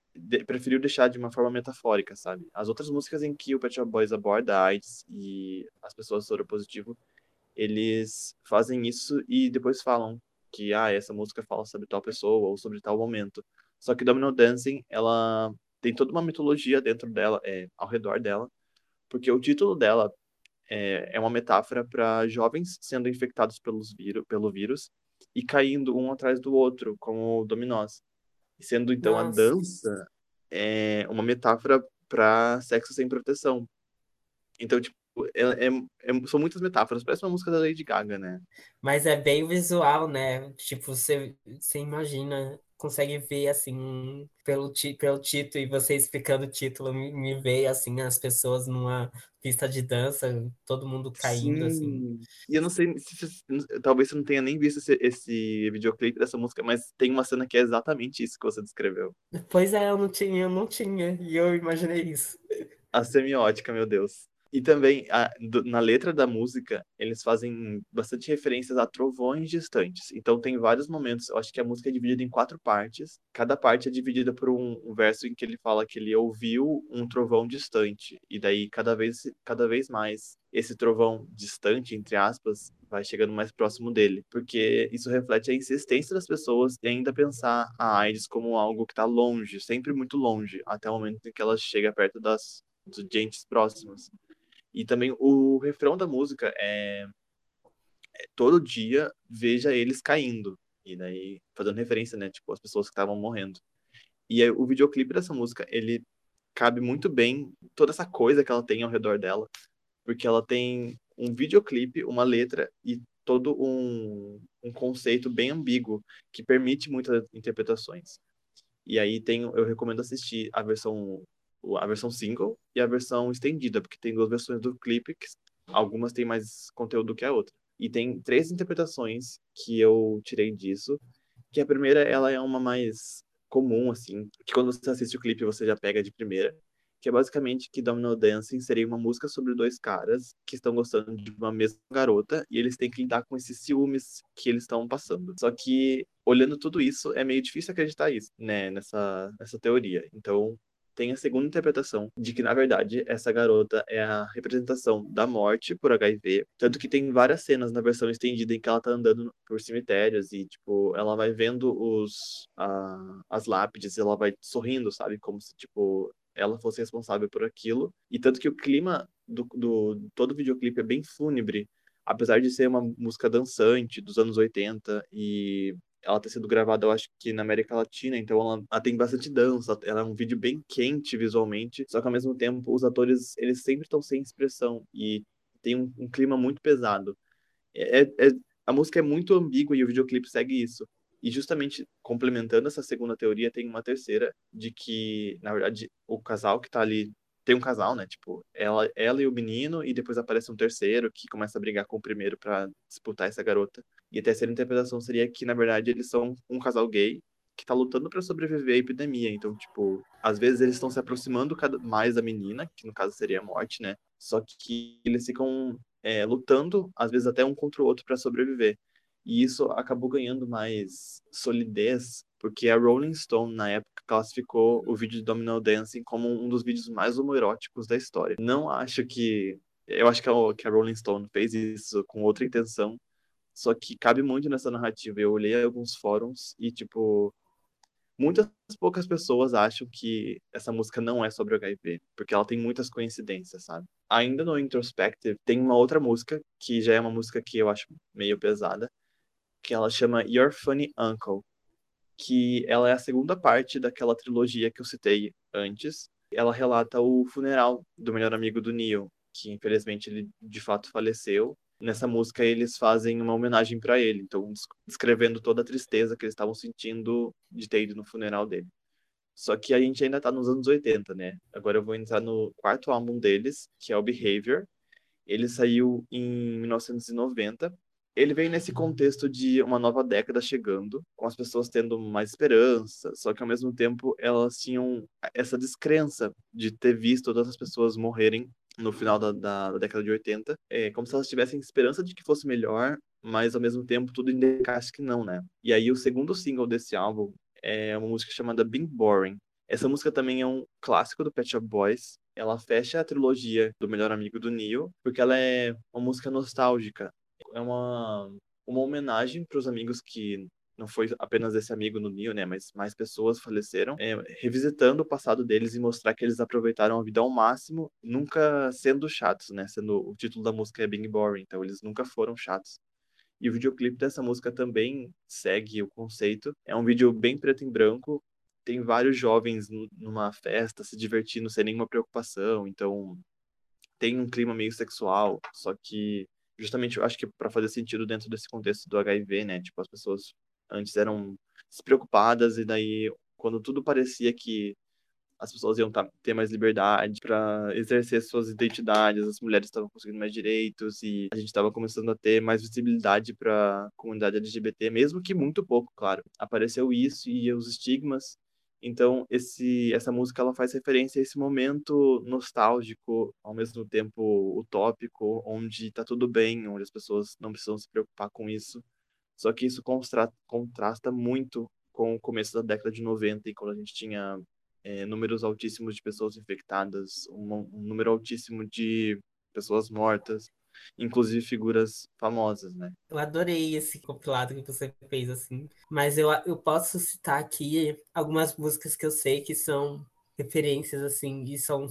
preferiu deixar de uma forma metafórica, sabe? As outras músicas em que o Pet Shop Boys aborda a AIDS e as pessoas soropositivo, eles fazem isso e depois falam que essa música fala sobre tal pessoa ou sobre tal momento. Só que Domino Dancing, ela tem toda uma mitologia dentro dela, ao redor dela, porque o título dela é uma metáfora para jovens sendo infectados pelo vírus e caindo um atrás do outro, como dominós. E sendo então a Nossa. dança uma metáfora para sexo sem proteção. Então, tipo, são muitas metáforas. Parece uma música da Lady Gaga, né? Mas é bem visual, né? Tipo, você imagina, consegue ver, assim, pelo título, e você explicando o título, me veio, assim, as pessoas numa pista de dança, todo mundo caindo, assim. Sim. E eu não sei talvez você não tenha nem visto esse videoclipe dessa música, mas tem uma cena que é exatamente isso que você descreveu. Pois é, eu não tinha, e eu imaginei isso. A semiótica, meu Deus. E também, na letra da música, eles fazem bastante referências a trovões distantes. Então, tem vários momentos. Eu acho que a música é dividida em 4 partes. Cada parte é dividida por um verso em que ele fala que ele ouviu um trovão distante. E daí, cada vez mais, esse trovão distante, entre aspas, vai chegando mais próximo dele. Porque isso reflete a insistência das pessoas em ainda pensar a AIDS como algo que está longe, sempre muito longe, até o momento em que ela chega perto dos gentes próximos. E também o refrão da música todo dia veja eles caindo. E daí, fazendo referência, né? Tipo, as pessoas que estavam morrendo. E aí, o videoclipe dessa música, ele cabe muito bem toda essa coisa que ela tem ao redor dela. Porque ela tem um videoclipe, uma letra e todo um conceito bem ambíguo que permite muitas interpretações. E aí eu recomendo assistir a versão single e a versão estendida, porque tem 2 versões do clipe, que algumas têm mais conteúdo que a outra. E tem 3 interpretações que eu tirei disso, que a primeira, ela é uma mais comum, assim, que quando você assiste o clipe você já pega de primeira, que é basicamente que Domino Dancing seria uma música sobre 2 caras que estão gostando de uma mesma garota e eles têm que lidar com esses ciúmes que eles estão passando. Só que, olhando tudo isso, é meio difícil acreditar isso, né, nessa teoria. Então, tem a segunda interpretação de que, na verdade, essa garota é a representação da morte por HIV. Tanto que tem várias cenas na versão estendida em que ela tá andando por cemitérios e, tipo, ela vai vendo as lápides e ela vai sorrindo, sabe? Como se, tipo, ela fosse responsável por aquilo. E tanto que o clima do todo o videoclipe é bem fúnebre, apesar de ser uma música dançante dos anos 80 e ela ter sido gravada, eu acho que na América Latina, então ela tem bastante dança, ela é um vídeo bem quente visualmente, só que ao mesmo tempo os atores, eles sempre estão sem expressão e tem um clima muito pesado. É, é- é- a música é muito ambígua e o videoclipe segue isso. E justamente complementando essa segunda teoria, tem uma terceira, de que, na verdade, o casal que tá ali. Tem um casal, né? Tipo, ela e o menino, e depois aparece um terceiro que começa a brigar com o primeiro pra disputar essa garota. E a terceira interpretação seria que, na verdade, eles são um casal gay que tá lutando pra sobreviver à epidemia. Então, tipo, às vezes eles estão se aproximando cada mais da menina, que no caso seria a morte, né? Só que eles ficam lutando, às vezes até um contra o outro, para sobreviver. E isso acabou ganhando mais solidez, porque a Rolling Stone, na época, classificou o vídeo de Domino Dancing como um dos vídeos mais homoeróticos da história. Não acho que. Eu acho que a Rolling Stone fez isso com outra intenção, só que cabe muito nessa narrativa. Eu olhei alguns fóruns e, tipo, muitas poucas pessoas acham que essa música não é sobre o HIV, porque ela tem muitas coincidências, sabe? Ainda no Introspective, tem uma outra música, que já é uma música que eu acho meio pesada, que ela chama Your Funny Uncle, que ela é a segunda parte daquela trilogia que eu citei antes. Ela relata o funeral do melhor amigo do Neil, que infelizmente ele de fato faleceu. Nessa música eles fazem uma homenagem para ele, então descrevendo toda a tristeza que eles estavam sentindo de ter ido no funeral dele. Só que a gente ainda tá nos anos 80, né? Agora eu vou entrar no quarto álbum deles, que é o Behavior. Ele saiu em 1990. Ele veio nesse contexto de uma nova década chegando, com as pessoas tendo mais esperança, só que ao mesmo tempo elas tinham essa descrença de ter visto todas as pessoas morrerem no final da década de 80. É como se elas tivessem esperança de que fosse melhor, mas ao mesmo tempo tudo indicasse que não, né? E aí o segundo single desse álbum é uma música chamada Being Boring. Essa música também é um clássico do Pet Shop Boys. Ela fecha a trilogia do Melhor Amigo do Neo, porque ela é uma música nostálgica. É uma homenagem para os amigos que não foi apenas esse amigo no Neo, né? Mas mais pessoas faleceram, revisitando o passado deles e mostrar que eles aproveitaram a vida ao máximo, nunca sendo chatos, né? Sendo o título da música é Being Boring, então eles nunca foram chatos. E o videoclipe dessa música também segue o conceito. É um vídeo bem preto e branco. Tem vários jovens numa festa se divertindo sem nenhuma preocupação. Então tem um clima meio sexual. Só que justamente eu acho que para fazer sentido dentro desse contexto do HIV, né? Tipo, as pessoas antes eram despreocupadas e daí quando tudo parecia que as pessoas iam ter mais liberdade para exercer suas identidades, as mulheres estavam conseguindo mais direitos e a gente estava começando a ter mais visibilidade para a comunidade LGBT, mesmo que muito pouco, claro. Apareceu isso e os estigmas. Então, essa música ela faz referência a esse momento nostálgico, ao mesmo tempo utópico, onde está tudo bem, onde as pessoas não precisam se preocupar com isso. Só que isso contrasta muito com o começo da década de 90, e quando a gente tinha números altíssimos de pessoas infectadas, um número altíssimo de pessoas mortas, inclusive figuras famosas, né? Eu adorei esse compilado que você fez, assim. Mas eu posso citar aqui algumas músicas que eu sei que são referências, assim, e são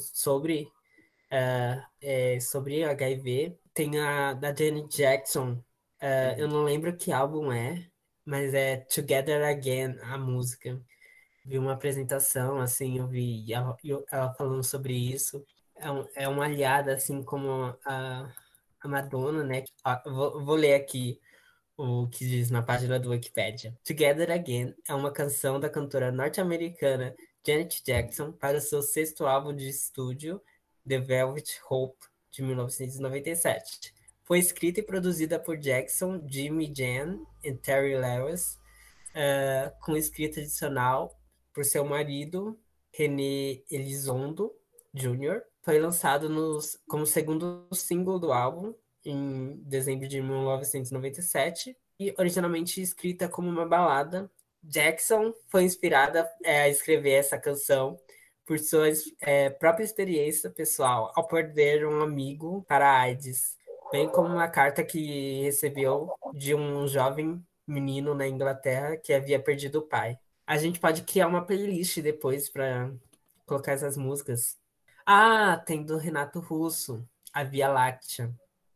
sobre HIV. Tem a da Janet Jackson. Eu não lembro que álbum é, mas é Together Again, a música. Vi uma apresentação, assim, eu vi ela falando sobre isso. É uma aliada, assim, como a Madonna, né? Vou ler aqui o que diz na página do Wikipedia. Together Again é uma canção da cantora norte-americana Janet Jackson para o seu sexto álbum de estúdio, The Velvet Hope, de 1997. Foi escrita e produzida por Jackson, Jimmy Jam e Terry Lewis, com escrita adicional por seu marido, René Elizondo Jr. Foi lançado como segundo single do álbum, em dezembro de 1997, e originalmente escrita como uma balada. Jackson foi inspirada a escrever essa canção por sua própria experiência pessoal ao perder um amigo para a AIDS, bem como uma carta que recebeu de um jovem menino na Inglaterra que havia perdido o pai. A gente pode criar uma playlist depois para colocar essas músicas. Ah, tem do Renato Russo, A Via Láctea.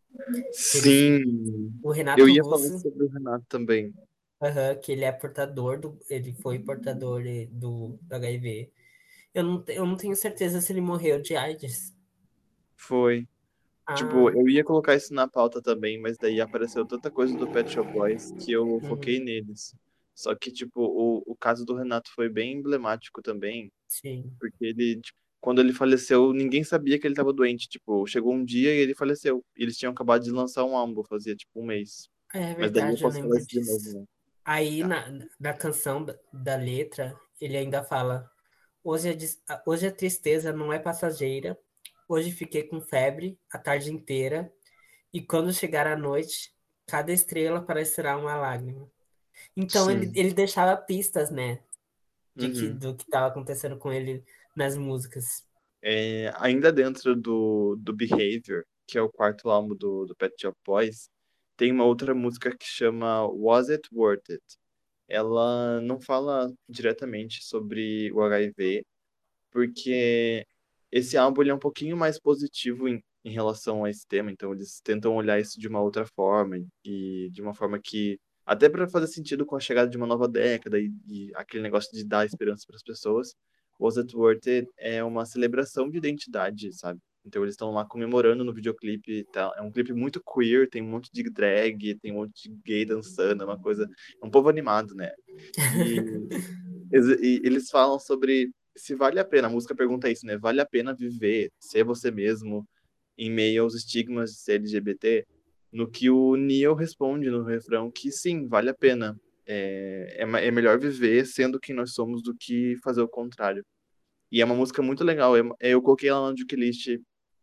Sim, O eu Renato ia falar Russo, sobre o Renato também. que ele é ele foi portador do HIV. Eu não tenho certeza se ele morreu de AIDS. Foi. Tipo, Ah, eu ia colocar isso na pauta também, mas daí apareceu tanta coisa do Pet Shop Boys que eu foquei uhum, neles. Só que, tipo, o caso do Renato foi bem emblemático também, sim. porque ele, tipo, quando ele faleceu, ninguém sabia que ele estava doente. Tipo, chegou um dia e ele faleceu. E eles tinham acabado de lançar um álbum, fazia, tipo, um mês. É Mas daí eu verdade, eu posso falar lembro isso de novo, disso. né? Aí, Tá. da canção, da letra, ele ainda fala: hoje a tristeza não é passageira. Hoje fiquei com febre a tarde inteira. E quando chegar a noite, cada estrela parecerá uma lágrima. Então, Sim. ele deixava pistas, né? Uhum. Do que estava acontecendo com ele nas músicas. Ainda dentro do Behavior, que é o quarto álbum do Pet Shop Boys, tem uma outra música que chama Was It Worth It? Ela não fala diretamente sobre o HIV, porque esse álbum ele é um pouquinho mais positivo em relação a esse tema, então eles tentam olhar isso de uma outra forma e de uma forma que até para fazer sentido com a chegada de uma nova década e aquele negócio de dar esperança para as pessoas. Was It Worth It é uma celebração de identidade, sabe? Então eles estão lá comemorando no videoclipe, tá? É um clipe muito queer, tem um monte de drag, tem um monte de gay dançando, é uma coisa, é um povo animado, né? E e eles falam sobre se vale a pena, a música pergunta isso, né? Vale a pena viver, ser você mesmo em meio aos estigmas de ser LGBT? No que o Neil responde no refrão que sim, vale a pena. É melhor viver sendo quem nós somos do que fazer o contrário. E é uma música muito legal. Eu coloquei ela na Jukilist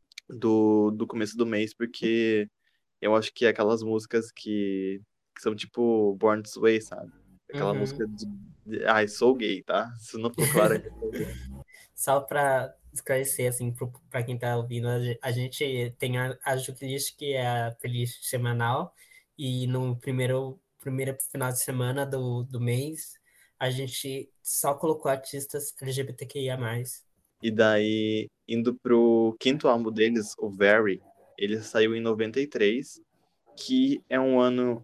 do começo do mês, porque eu acho que é aquelas músicas que são tipo Born This Way, sabe? Aquela Uhum. música Ai, sou gay, tá? Se não for claro ainda, sou gay. Só para esclarecer, assim, para quem está ouvindo, a gente tem a Juclist, que é a playlist semanal, e no primeiro final de semana do mês, a gente só colocou artistas LGBTQIA+. E daí, indo pro quinto álbum deles, o Very, ele saiu em 93, que é um ano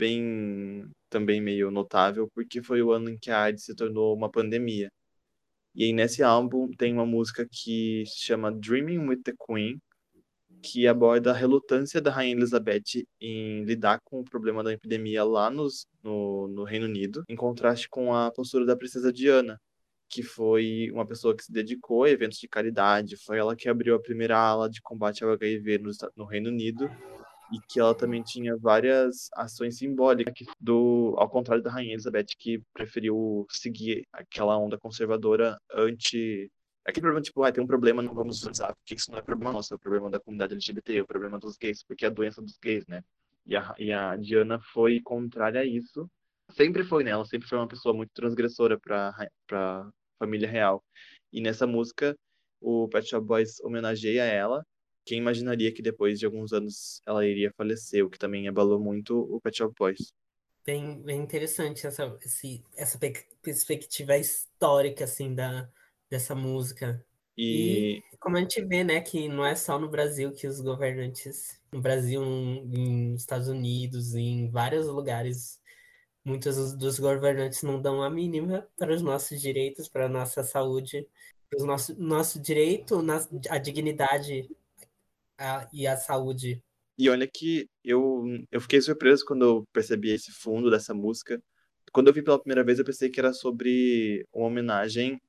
bem também meio notável, porque foi o ano em que a AIDS se tornou uma pandemia. E aí nesse álbum tem uma música que se chama Dreaming with the Queen, que aborda a relutância da Rainha Elizabeth em lidar com o problema da epidemia lá no Reino Unido, em contraste com a postura da princesa Diana, que foi uma pessoa que se dedicou a eventos de caridade, foi ela que abriu a primeira ala de combate ao HIV no Reino Unido, e que ela também tinha várias ações simbólicas ao contrário da Rainha Elizabeth, que preferiu seguir aquela onda conservadora anti. Aquele problema, tipo, tem um problema, não vamos usar, porque isso não é problema nosso, é o problema da comunidade LGBT, é o problema dos gays, porque é a doença dos gays, né? E a Diana foi contrária a isso. Sempre foi, né? Ela sempre foi uma pessoa muito transgressora para família real. E nessa música, o Pet Shop Boys homenageia ela. Quem imaginaria que depois de alguns anos ela iria falecer, o que também abalou muito o Pet Shop Boys. Bem interessante essa perspectiva histórica, assim, dessa música. E E, como a gente vê, né, que não é só no Brasil que os governantes, no Brasil, nos Estados Unidos, em vários lugares, muitos dos governantes não dão a mínima para os nossos direitos, para a nossa saúde, para o nosso direito, a dignidade e a saúde. e olha que eu fiquei surpreso quando eu percebi esse fundo dessa música. Quando eu vi pela primeira vez, eu pensei que era sobre uma homenagem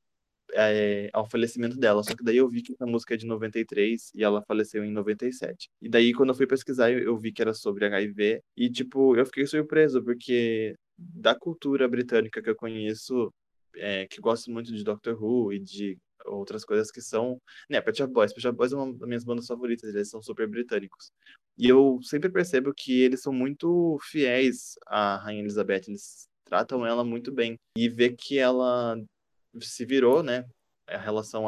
ao falecimento dela. Só que daí eu vi que essa música é de 93 e ela faleceu em 97. E daí, quando eu fui pesquisar, eu vi que era sobre HIV. E, tipo, eu fiquei surpreso, porque da cultura britânica que eu conheço, que gosto muito de Doctor Who e de outras coisas que são. Né, Pet Shop Boys. Pet Shop Boys é uma das minhas bandas favoritas, eles são super britânicos. E eu sempre percebo que eles são muito fiéis à Rainha Elizabeth, eles tratam ela muito bem. E ver que ela se virou, né, em relação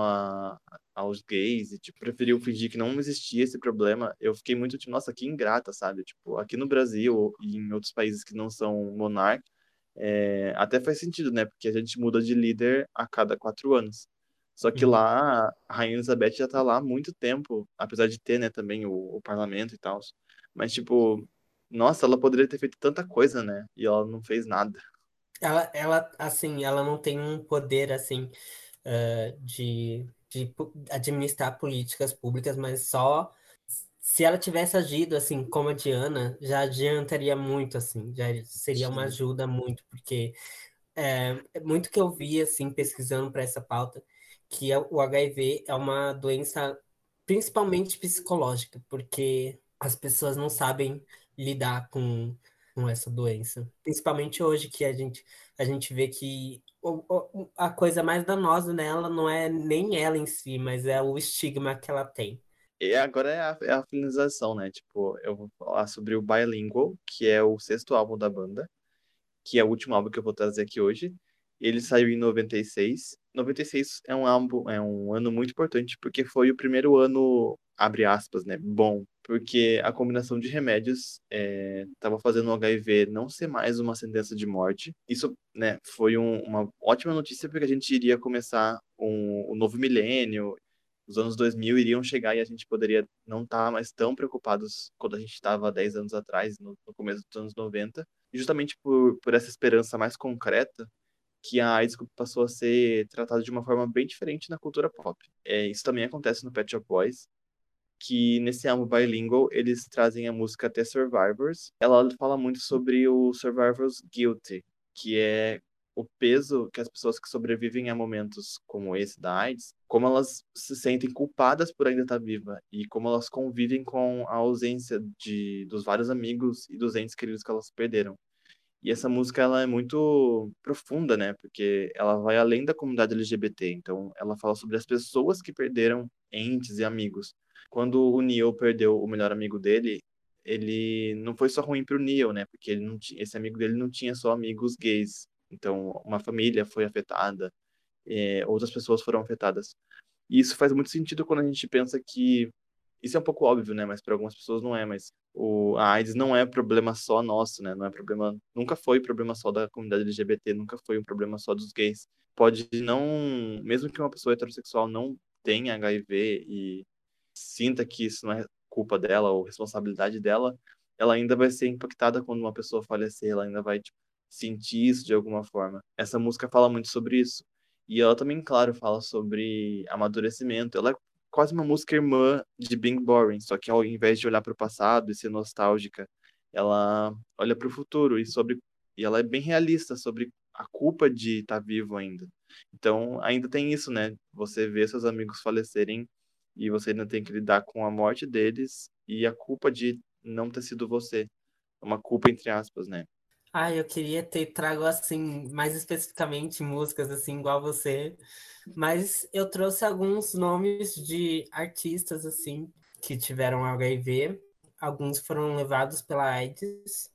aos gays e, tipo, preferiu fingir que não existia esse problema. Eu fiquei muito, tipo, nossa, que ingrata, sabe? Tipo, aqui no Brasil e em outros países que não são monarca, até faz sentido, né? Porque a gente muda de líder a cada 4 anos. Só que Uhum. lá, a Rainha Elizabeth já tá lá há muito tempo, apesar de ter, né, também o parlamento e tal. Mas, tipo, nossa, ela poderia ter feito tanta coisa, né? E ela não fez nada. Assim, ela não tem um poder, assim, de administrar políticas públicas, mas só se ela tivesse agido, assim, como a Diana, já adiantaria muito, assim, já seria uma Sim. ajuda muito, porque é muito que eu vi, assim, pesquisando para essa pauta, que o HIV é uma doença principalmente psicológica, porque as pessoas não sabem lidar com essa doença. Principalmente hoje que a gente vê que a coisa mais danosa nela não é nem ela em si, mas é o estigma que ela tem. E agora é a finalização, né? Tipo, eu vou falar sobre o Bilingual, que é o sexto álbum da banda, que é o último álbum que eu vou trazer aqui hoje. Ele saiu em 96. 96 é um ano muito importante, porque foi o primeiro ano, abre aspas, né? Bom, porque a combinação de remédios estava fazendo o HIV não ser mais uma sentença de morte. Isso, né, foi uma ótima notícia, porque a gente iria começar um novo milênio. Os anos 2000 iriam chegar e a gente poderia não estar mais tão preocupados quando a gente estava 10 anos atrás, no começo dos anos 90. E justamente por essa esperança mais concreta, que a AIDS passou a ser tratada de uma forma bem diferente na cultura pop. Isso também acontece no Pet Shop Boys, que nesse álbum Bilingual eles trazem a música The Survivors. Ela fala muito sobre o Survivor's Guilty, que é o peso que as pessoas que sobrevivem a momentos como esse da AIDS, como elas se sentem culpadas por ainda estar viva e como elas convivem com a ausência dos vários amigos e dos entes queridos que elas perderam. E essa música ela é muito profunda, né? Porque ela vai além da comunidade LGBT. Então, ela fala sobre as pessoas que perderam entes e amigos. Quando o Neil perdeu o melhor amigo dele, ele não foi só ruim pro Neil, né? Porque ele não tinha, esse amigo dele não tinha só amigos gays. Então, uma família foi afetada, outras pessoas foram afetadas. E isso faz muito sentido quando a gente pensa que isso é um pouco óbvio, né? Mas para algumas pessoas não é. Mas a AIDS não é problema só nosso, né? Não é problema, nunca foi problema só da comunidade LGBT, nunca foi um problema só dos gays. Pode não, mesmo que uma pessoa heterossexual não tenha HIV e sinta que isso não é culpa dela ou responsabilidade dela, ela ainda vai ser impactada quando uma pessoa falecer, ela ainda vai tipo, sentir isso de alguma forma. Essa música fala muito sobre isso. E ela também, claro, fala sobre amadurecimento. Ela é quase uma música irmã de Being Boring, só que ao invés de olhar para o passado e ser nostálgica, ela olha para o futuro e ela é bem realista sobre a culpa de estar vivo ainda. Então, ainda tem isso, né? Você vê seus amigos falecerem e você ainda tem que lidar com a morte deles e a culpa de não ter sido você. Uma culpa entre aspas, né? Eu queria ter trago, assim, mais especificamente músicas, assim, igual você. Mas eu trouxe alguns nomes de artistas, assim, que tiveram HIV. Alguns foram levados pela AIDS,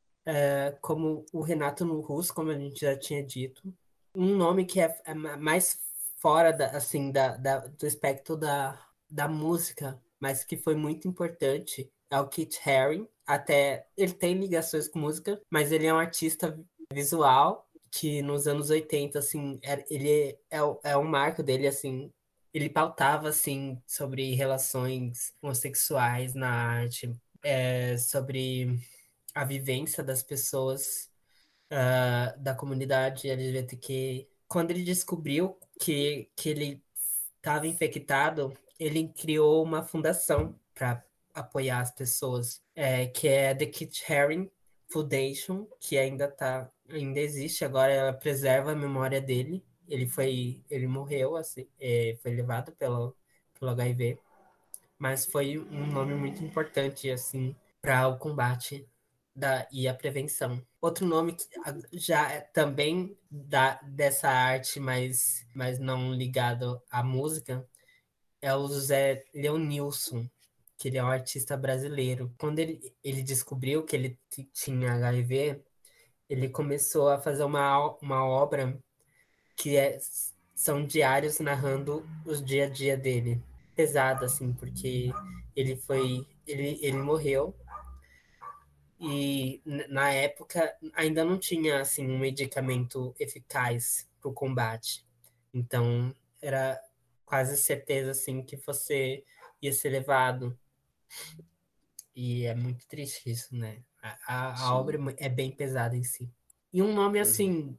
como o Renato Russo, como a gente já tinha dito. Um nome que é mais fora assim, do espectro da música, mas que foi muito importante, é o Keith Haring. Até ele tem ligações com música, mas ele é um artista visual que nos anos 80, assim, ele é um marco dele, assim, ele pautava, assim, sobre relações homossexuais na arte, sobre a vivência das pessoas da comunidade LGBTQ. Quando ele descobriu que ele estava infectado, ele criou uma fundação para apoiar as pessoas, que é The Keith Haring Foundation, que ainda existe, agora ela preserva a memória dele. Ele morreu, assim, foi levado pelo HIV, mas foi um nome muito importante, assim, para o combate e a prevenção. Outro nome que já é também dessa arte, mas não ligado à música, é o Zé Leonilson, que ele é um artista brasileiro. Quando ele descobriu que ele tinha HIV, ele começou a fazer uma obra que são diários narrando os dia a dia dele. Pesado, assim, porque ele morreu e na época ainda não tinha assim um medicamento eficaz para o combate. Então era quase certeza assim que você ia ser levado. E é muito triste isso, né? A obra Sim. é bem pesada em si. E um nome Uhum. assim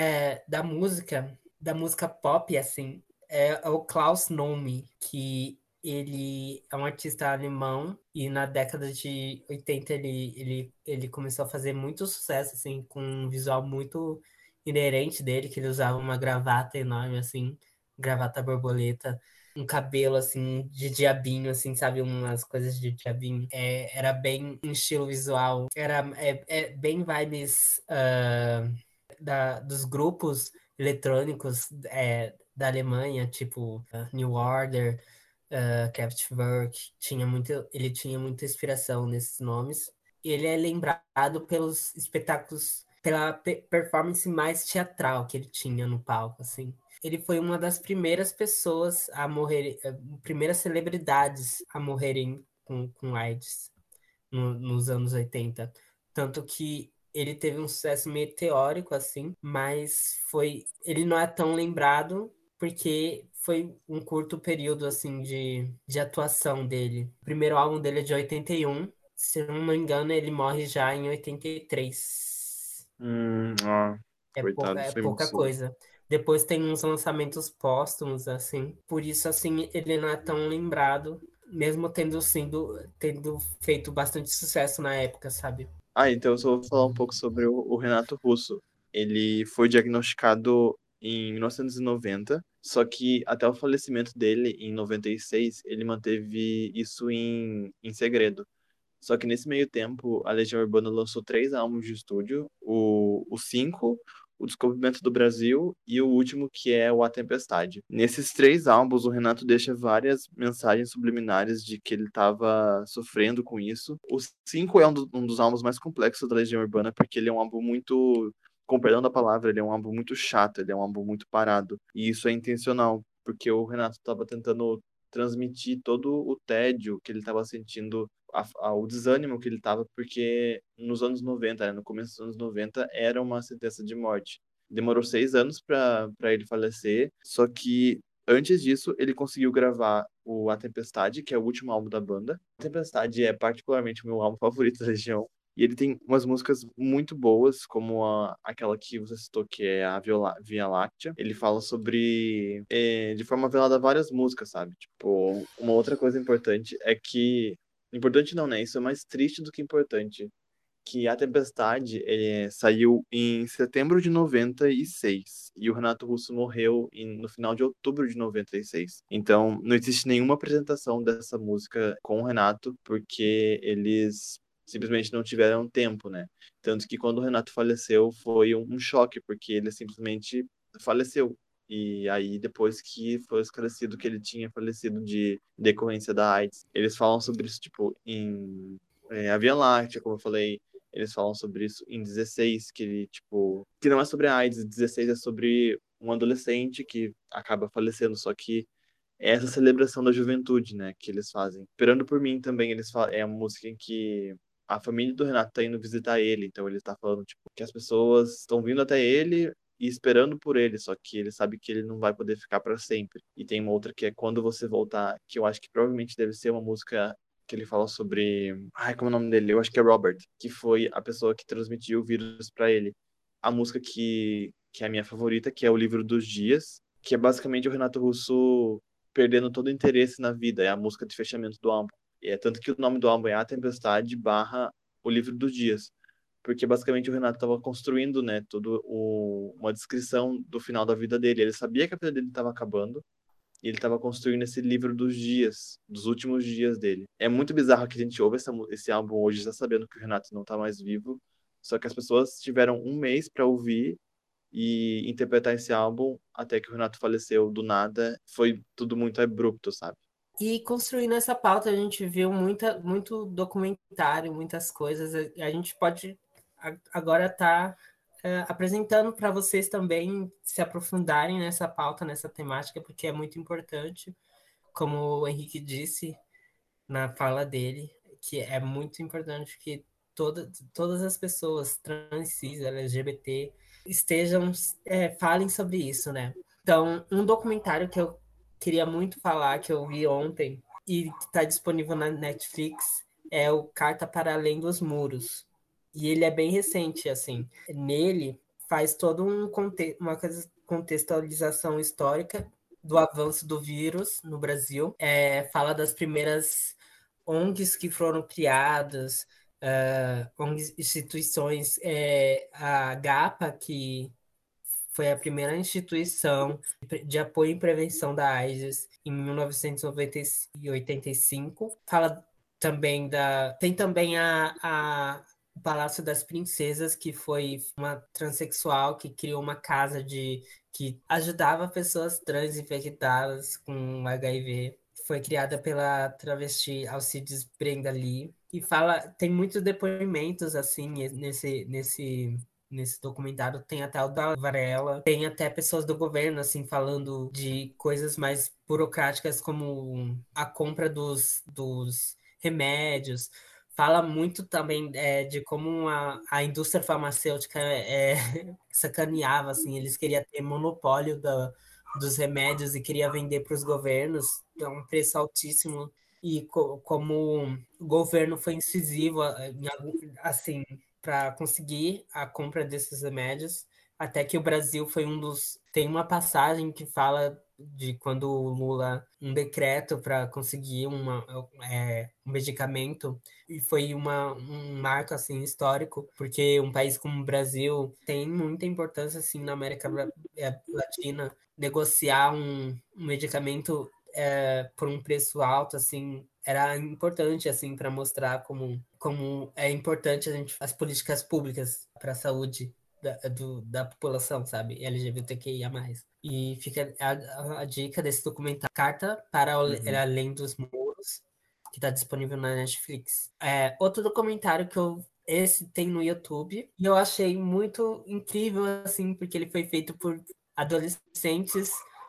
da música pop assim, é o Klaus Nomi, que ele é um artista alemão e na década de 80 ele começou a fazer muito sucesso assim com um visual muito inerente dele, que ele usava uma gravata enorme assim, gravata borboleta, um cabelo assim de diabinho, assim, sabe, umas coisas de diabinho. Era bem um estilo visual, bem vibes dos grupos eletrônicos da Alemanha, tipo New Order, Kraftwerk. Ele tinha muita inspiração nesses nomes. Ele é lembrado pelos espetáculos, pela performance mais teatral que ele tinha no palco, assim. Ele foi uma das primeiras pessoas a morrer, primeiras celebridades a morrerem com AIDS nos anos 80. Tanto que ele teve um sucesso meteórico, assim, mas ele não é tão lembrado porque foi um curto período, assim, de atuação dele. O primeiro álbum dele é de 81. Se eu não me engano, ele morre já em 83. Ah, coitado, É foi muito pouca cedo. coisa. Depois tem uns lançamentos póstumos, assim. Por isso, assim, ele não é tão lembrado, mesmo tendo feito bastante sucesso na época, sabe? Então eu só vou falar um pouco sobre o Renato Russo. Ele foi diagnosticado em 1990, só que até o falecimento dele, em 96, ele manteve isso em segredo. Só que nesse meio tempo, a Legião Urbana lançou 3 álbuns de estúdio, o 5, o Descobrimento do Brasil e o último que é o A Tempestade. Nesses 3 álbuns, o Renato deixa várias mensagens subliminares de que ele estava sofrendo com isso. O 5 é um dos álbuns mais complexos da Legião Urbana, porque ele é um álbum muito com perdão da palavra, ele é um álbum muito chato, ele é um álbum muito parado. E isso é intencional, porque o Renato estava tentando transmitir todo o tédio que ele estava sentindo, o desânimo que ele estava, porque nos anos 90, né, no começo dos anos 90, era uma sentença de morte. Demorou 6 anos para ele falecer, só que antes disso ele conseguiu gravar A Tempestade, que é o último álbum da banda. A Tempestade é particularmente o meu álbum favorito da Legião. E ele tem umas músicas muito boas, como aquela que você citou, que é a Via Láctea. Ele fala sobre, de forma velada, várias músicas, sabe? Tipo, uma outra coisa importante é que... Importante não, né? Isso é mais triste do que importante. Que A Tempestade saiu em setembro de 96 e o Renato Russo morreu no final de outubro de 96. Então, não existe nenhuma apresentação dessa música com o Renato, porque eles simplesmente não tiveram tempo, né? Tanto que quando o Renato faleceu foi um choque, porque ele simplesmente faleceu. E aí, depois que foi esclarecido que ele tinha falecido de decorrência da AIDS, eles falam sobre isso, tipo, a Via Láctea, como eu falei, eles falam sobre isso em 16, que ele, tipo, que não é sobre a AIDS, 16 é sobre um adolescente que acaba falecendo, só que é essa celebração da juventude, né, que eles fazem. Esperando por mim também, eles falam, é uma música em que a família do Renato tá indo visitar ele, então ele tá falando, tipo, que as pessoas estão vindo até ele e esperando por ele, só que ele sabe que ele não vai poder ficar para sempre. E tem uma outra que é Quando Você Voltar, que eu acho que provavelmente deve ser uma música que ele fala sobre, ai, como é o nome dele? Eu acho que é Robert, que foi a pessoa que transmitiu o vírus para ele. A música que é a minha favorita, que é O Livro dos Dias, que é basicamente o Renato Russo perdendo todo o interesse na vida, é a música de fechamento do álbum. E é tanto que o nome do álbum é A Tempestade barra O Livro dos Dias, porque basicamente o Renato estava construindo, né, uma descrição do final da vida dele. Ele sabia que a vida dele estava acabando, e ele estava construindo esse livro dos dias, dos últimos dias dele. É muito bizarro que a gente ouve esse álbum hoje já sabendo que o Renato não está mais vivo, só que as pessoas tiveram um mês para ouvir e interpretar esse álbum até que o Renato faleceu do nada. Foi tudo muito abrupto, sabe? E construindo essa pauta, a gente viu muito documentário, muitas coisas. A gente pode agora estar apresentando para vocês também se aprofundarem nessa pauta, nessa temática, porque é muito importante, como o Henrique disse na fala dele, que é muito importante que todas as pessoas trans, cis, LGBT estejam, falem sobre isso, né? Então, um documentário que eu queria muito falar, que eu vi ontem e que está disponível na Netflix, é o Carta para Além dos Muros. E ele é bem recente, assim. Nele faz todo uma contextualização histórica do avanço do vírus no Brasil. Fala das primeiras ONGs que foram criadas, ONGs, instituições, a GAPA, que foi a primeira instituição de apoio e prevenção da AIDS em 1985. Fala também tem também o Palácio das Princesas, que foi uma transexual que criou uma casa que ajudava pessoas trans infectadas com HIV. Foi criada pela travesti Alcides Brenda Lee. E tem muitos depoimentos assim nesse documentário. Tem até o da Varela, tem até pessoas do governo assim falando de coisas mais burocráticas, como a compra dos remédios. Fala muito também de como a indústria farmacêutica sacaneava, assim, eles queriam ter monopólio dos remédios e queria vender para os governos a um preço altíssimo. E como o governo foi incisivo, assim, para conseguir a compra desses remédios, até que o Brasil foi um dos... Tem uma passagem que fala de quando o Lula, um decreto para conseguir um medicamento, e foi um marco assim histórico, porque um país como o Brasil tem muita importância assim na América Latina. Negociar um medicamento por um preço alto, assim, era importante, assim, para mostrar como é importante as políticas públicas para a saúde da população, sabe? LGBTQIA+. E fica a dica desse documentário, Carta para Além dos Muros, que está disponível na Netflix. Outro documentário que eu Esse tem no YouTube. E eu achei muito incrível, assim, porque ele foi feito por adolescentes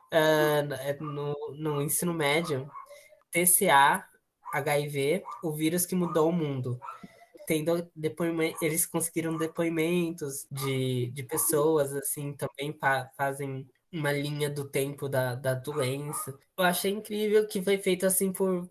no ensino médio. TCA, HIV, o vírus que mudou o mundo. Eles conseguiram depoimentos de pessoas, assim, também fazem uma linha do tempo da doença. Eu achei incrível que foi feito assim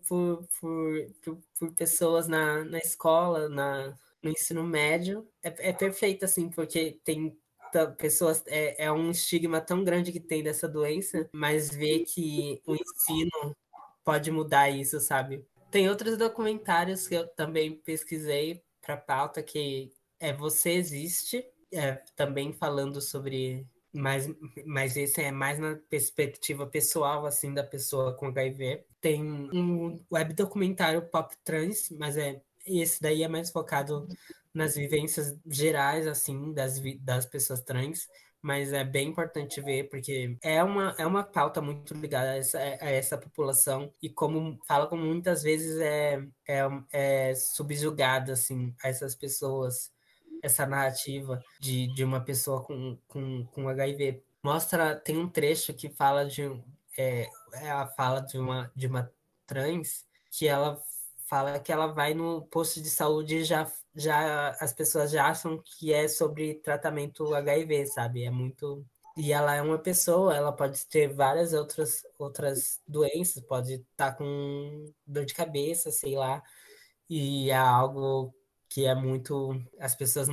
por pessoas na escola, no ensino médio. É perfeito, assim, porque tem pessoas, é um estigma tão grande que tem dessa doença, mas ver que o ensino pode mudar isso, sabe? Tem outros documentários que eu também pesquisei para pauta que Você Existe, também falando sobre mas esse é mais na perspectiva pessoal assim da pessoa com HIV. Tem um web documentário Pop Trans, mas esse daí é mais focado nas vivências gerais assim das pessoas trans, mas é bem importante ver, porque é uma pauta muito ligada a essa população, e como muitas vezes é subjugada, assim, a essas pessoas, essa narrativa de uma pessoa com HIV. Tem um trecho que fala é a fala de uma trans, que ela fala que ela vai no posto de saúde e já as pessoas já acham que é sobre tratamento HIV, sabe? É muito. E ela é uma pessoa, ela pode ter várias outras doenças, pode estar com dor de cabeça, sei lá, e é algo que é muito. As pessoas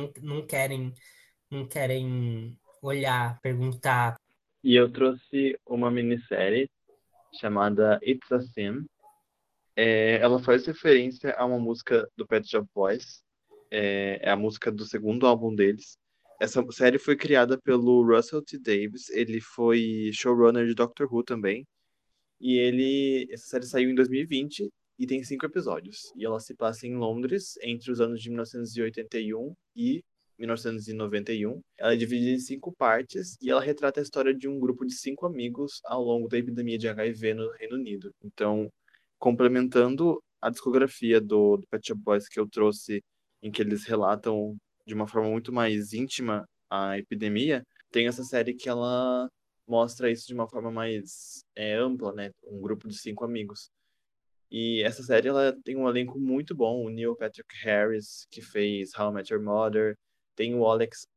não querem olhar, perguntar. E eu trouxe uma minissérie chamada It's a Sin. Ela faz referência a uma música do Pet Shop Boys. É a música do segundo álbum deles. Essa série foi criada pelo Russell T. Davies. Ele foi showrunner de Doctor Who também. Essa série saiu em 2020 e tem 5 episódios. E ela se passa em Londres entre os anos de 1981 e 1991. Ela é dividida em 5 partes e ela retrata a história de um grupo de 5 amigos ao longo da epidemia de HIV no Reino Unido. Então, complementando a discografia do Pet Shop Boys que eu trouxe, em que eles relatam de uma forma muito mais íntima a epidemia, tem essa série que ela mostra isso de uma forma mais ampla, né? Um grupo de 5 amigos. E essa série ela tem um elenco muito bom. O Neil Patrick Harris, que fez How I Met Your Mother. Tem o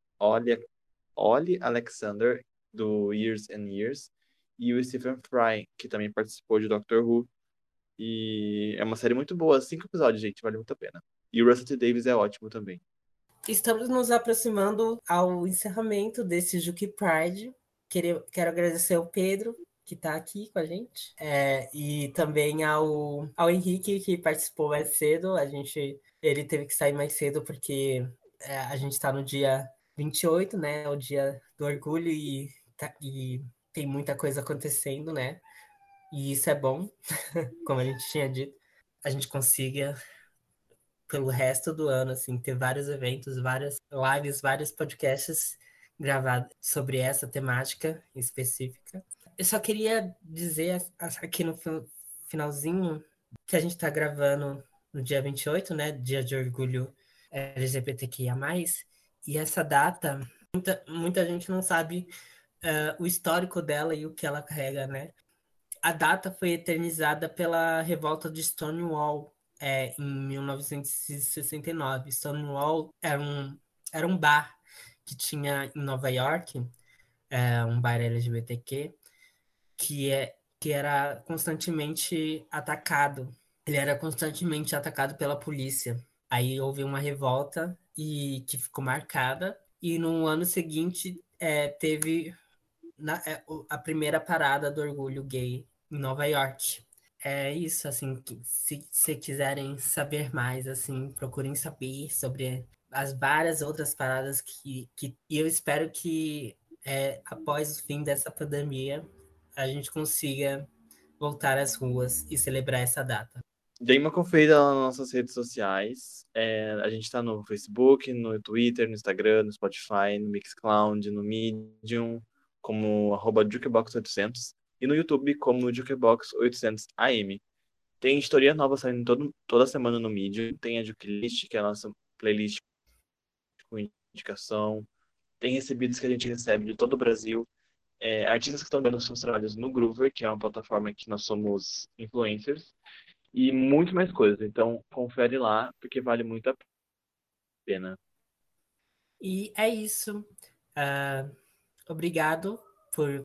Ollie Alexander, do Years and Years. E o Stephen Fry, que também participou de Doctor Who. E é uma série muito boa. 5 episódios, gente. Vale muito a pena. E o Russell T. Davies é ótimo também. Estamos nos aproximando ao encerramento desse Juke Pride. Quero agradecer ao Pedro, que está aqui com a gente, e também ao Henrique, que participou mais cedo. Ele teve que sair mais cedo porque a gente está no dia 28, né? O dia do orgulho, e tem muita coisa acontecendo, né? E isso é bom, como a gente tinha dito. A gente consiga pelo resto do ano, assim, ter vários eventos, várias lives, vários podcasts gravados sobre essa temática específica. Eu só queria dizer aqui no finalzinho que a gente está gravando no dia 28, né, Dia de Orgulho LGBTQIA+, e essa data, muita gente não sabe o histórico dela e o que ela carrega, né? A data foi eternizada pela revolta de Stonewall, em 1969. Stonewall era um bar que tinha em Nova York, um bar LGBTQ, que era constantemente atacado. Ele era constantemente atacado pela polícia. Aí houve uma revolta que ficou marcada, e no ano seguinte teve a primeira parada do orgulho gay em Nova York. É isso, assim, se quiserem saber mais, assim, procurem saber sobre as várias outras paradas e eu espero que após o fim dessa pandemia a gente consiga voltar às ruas e celebrar essa data. Dê uma conferida lá nas nossas redes sociais. A gente tá no Facebook, no Twitter, no Instagram, no Spotify, no Mixcloud, no Medium, como @Jukebox800, e no YouTube como Jukebox800 AM. Tem história nova saindo toda semana no Medium. Tem a Jukelist, que é a nossa playlist com indicação. Tem recebidos que a gente recebe de todo o Brasil. Artistas que estão dando seus trabalhos no Groover, que é uma plataforma que nós somos influencers, e muito mais coisas. Então, confere lá, porque vale muito a pena. E é isso. Obrigado por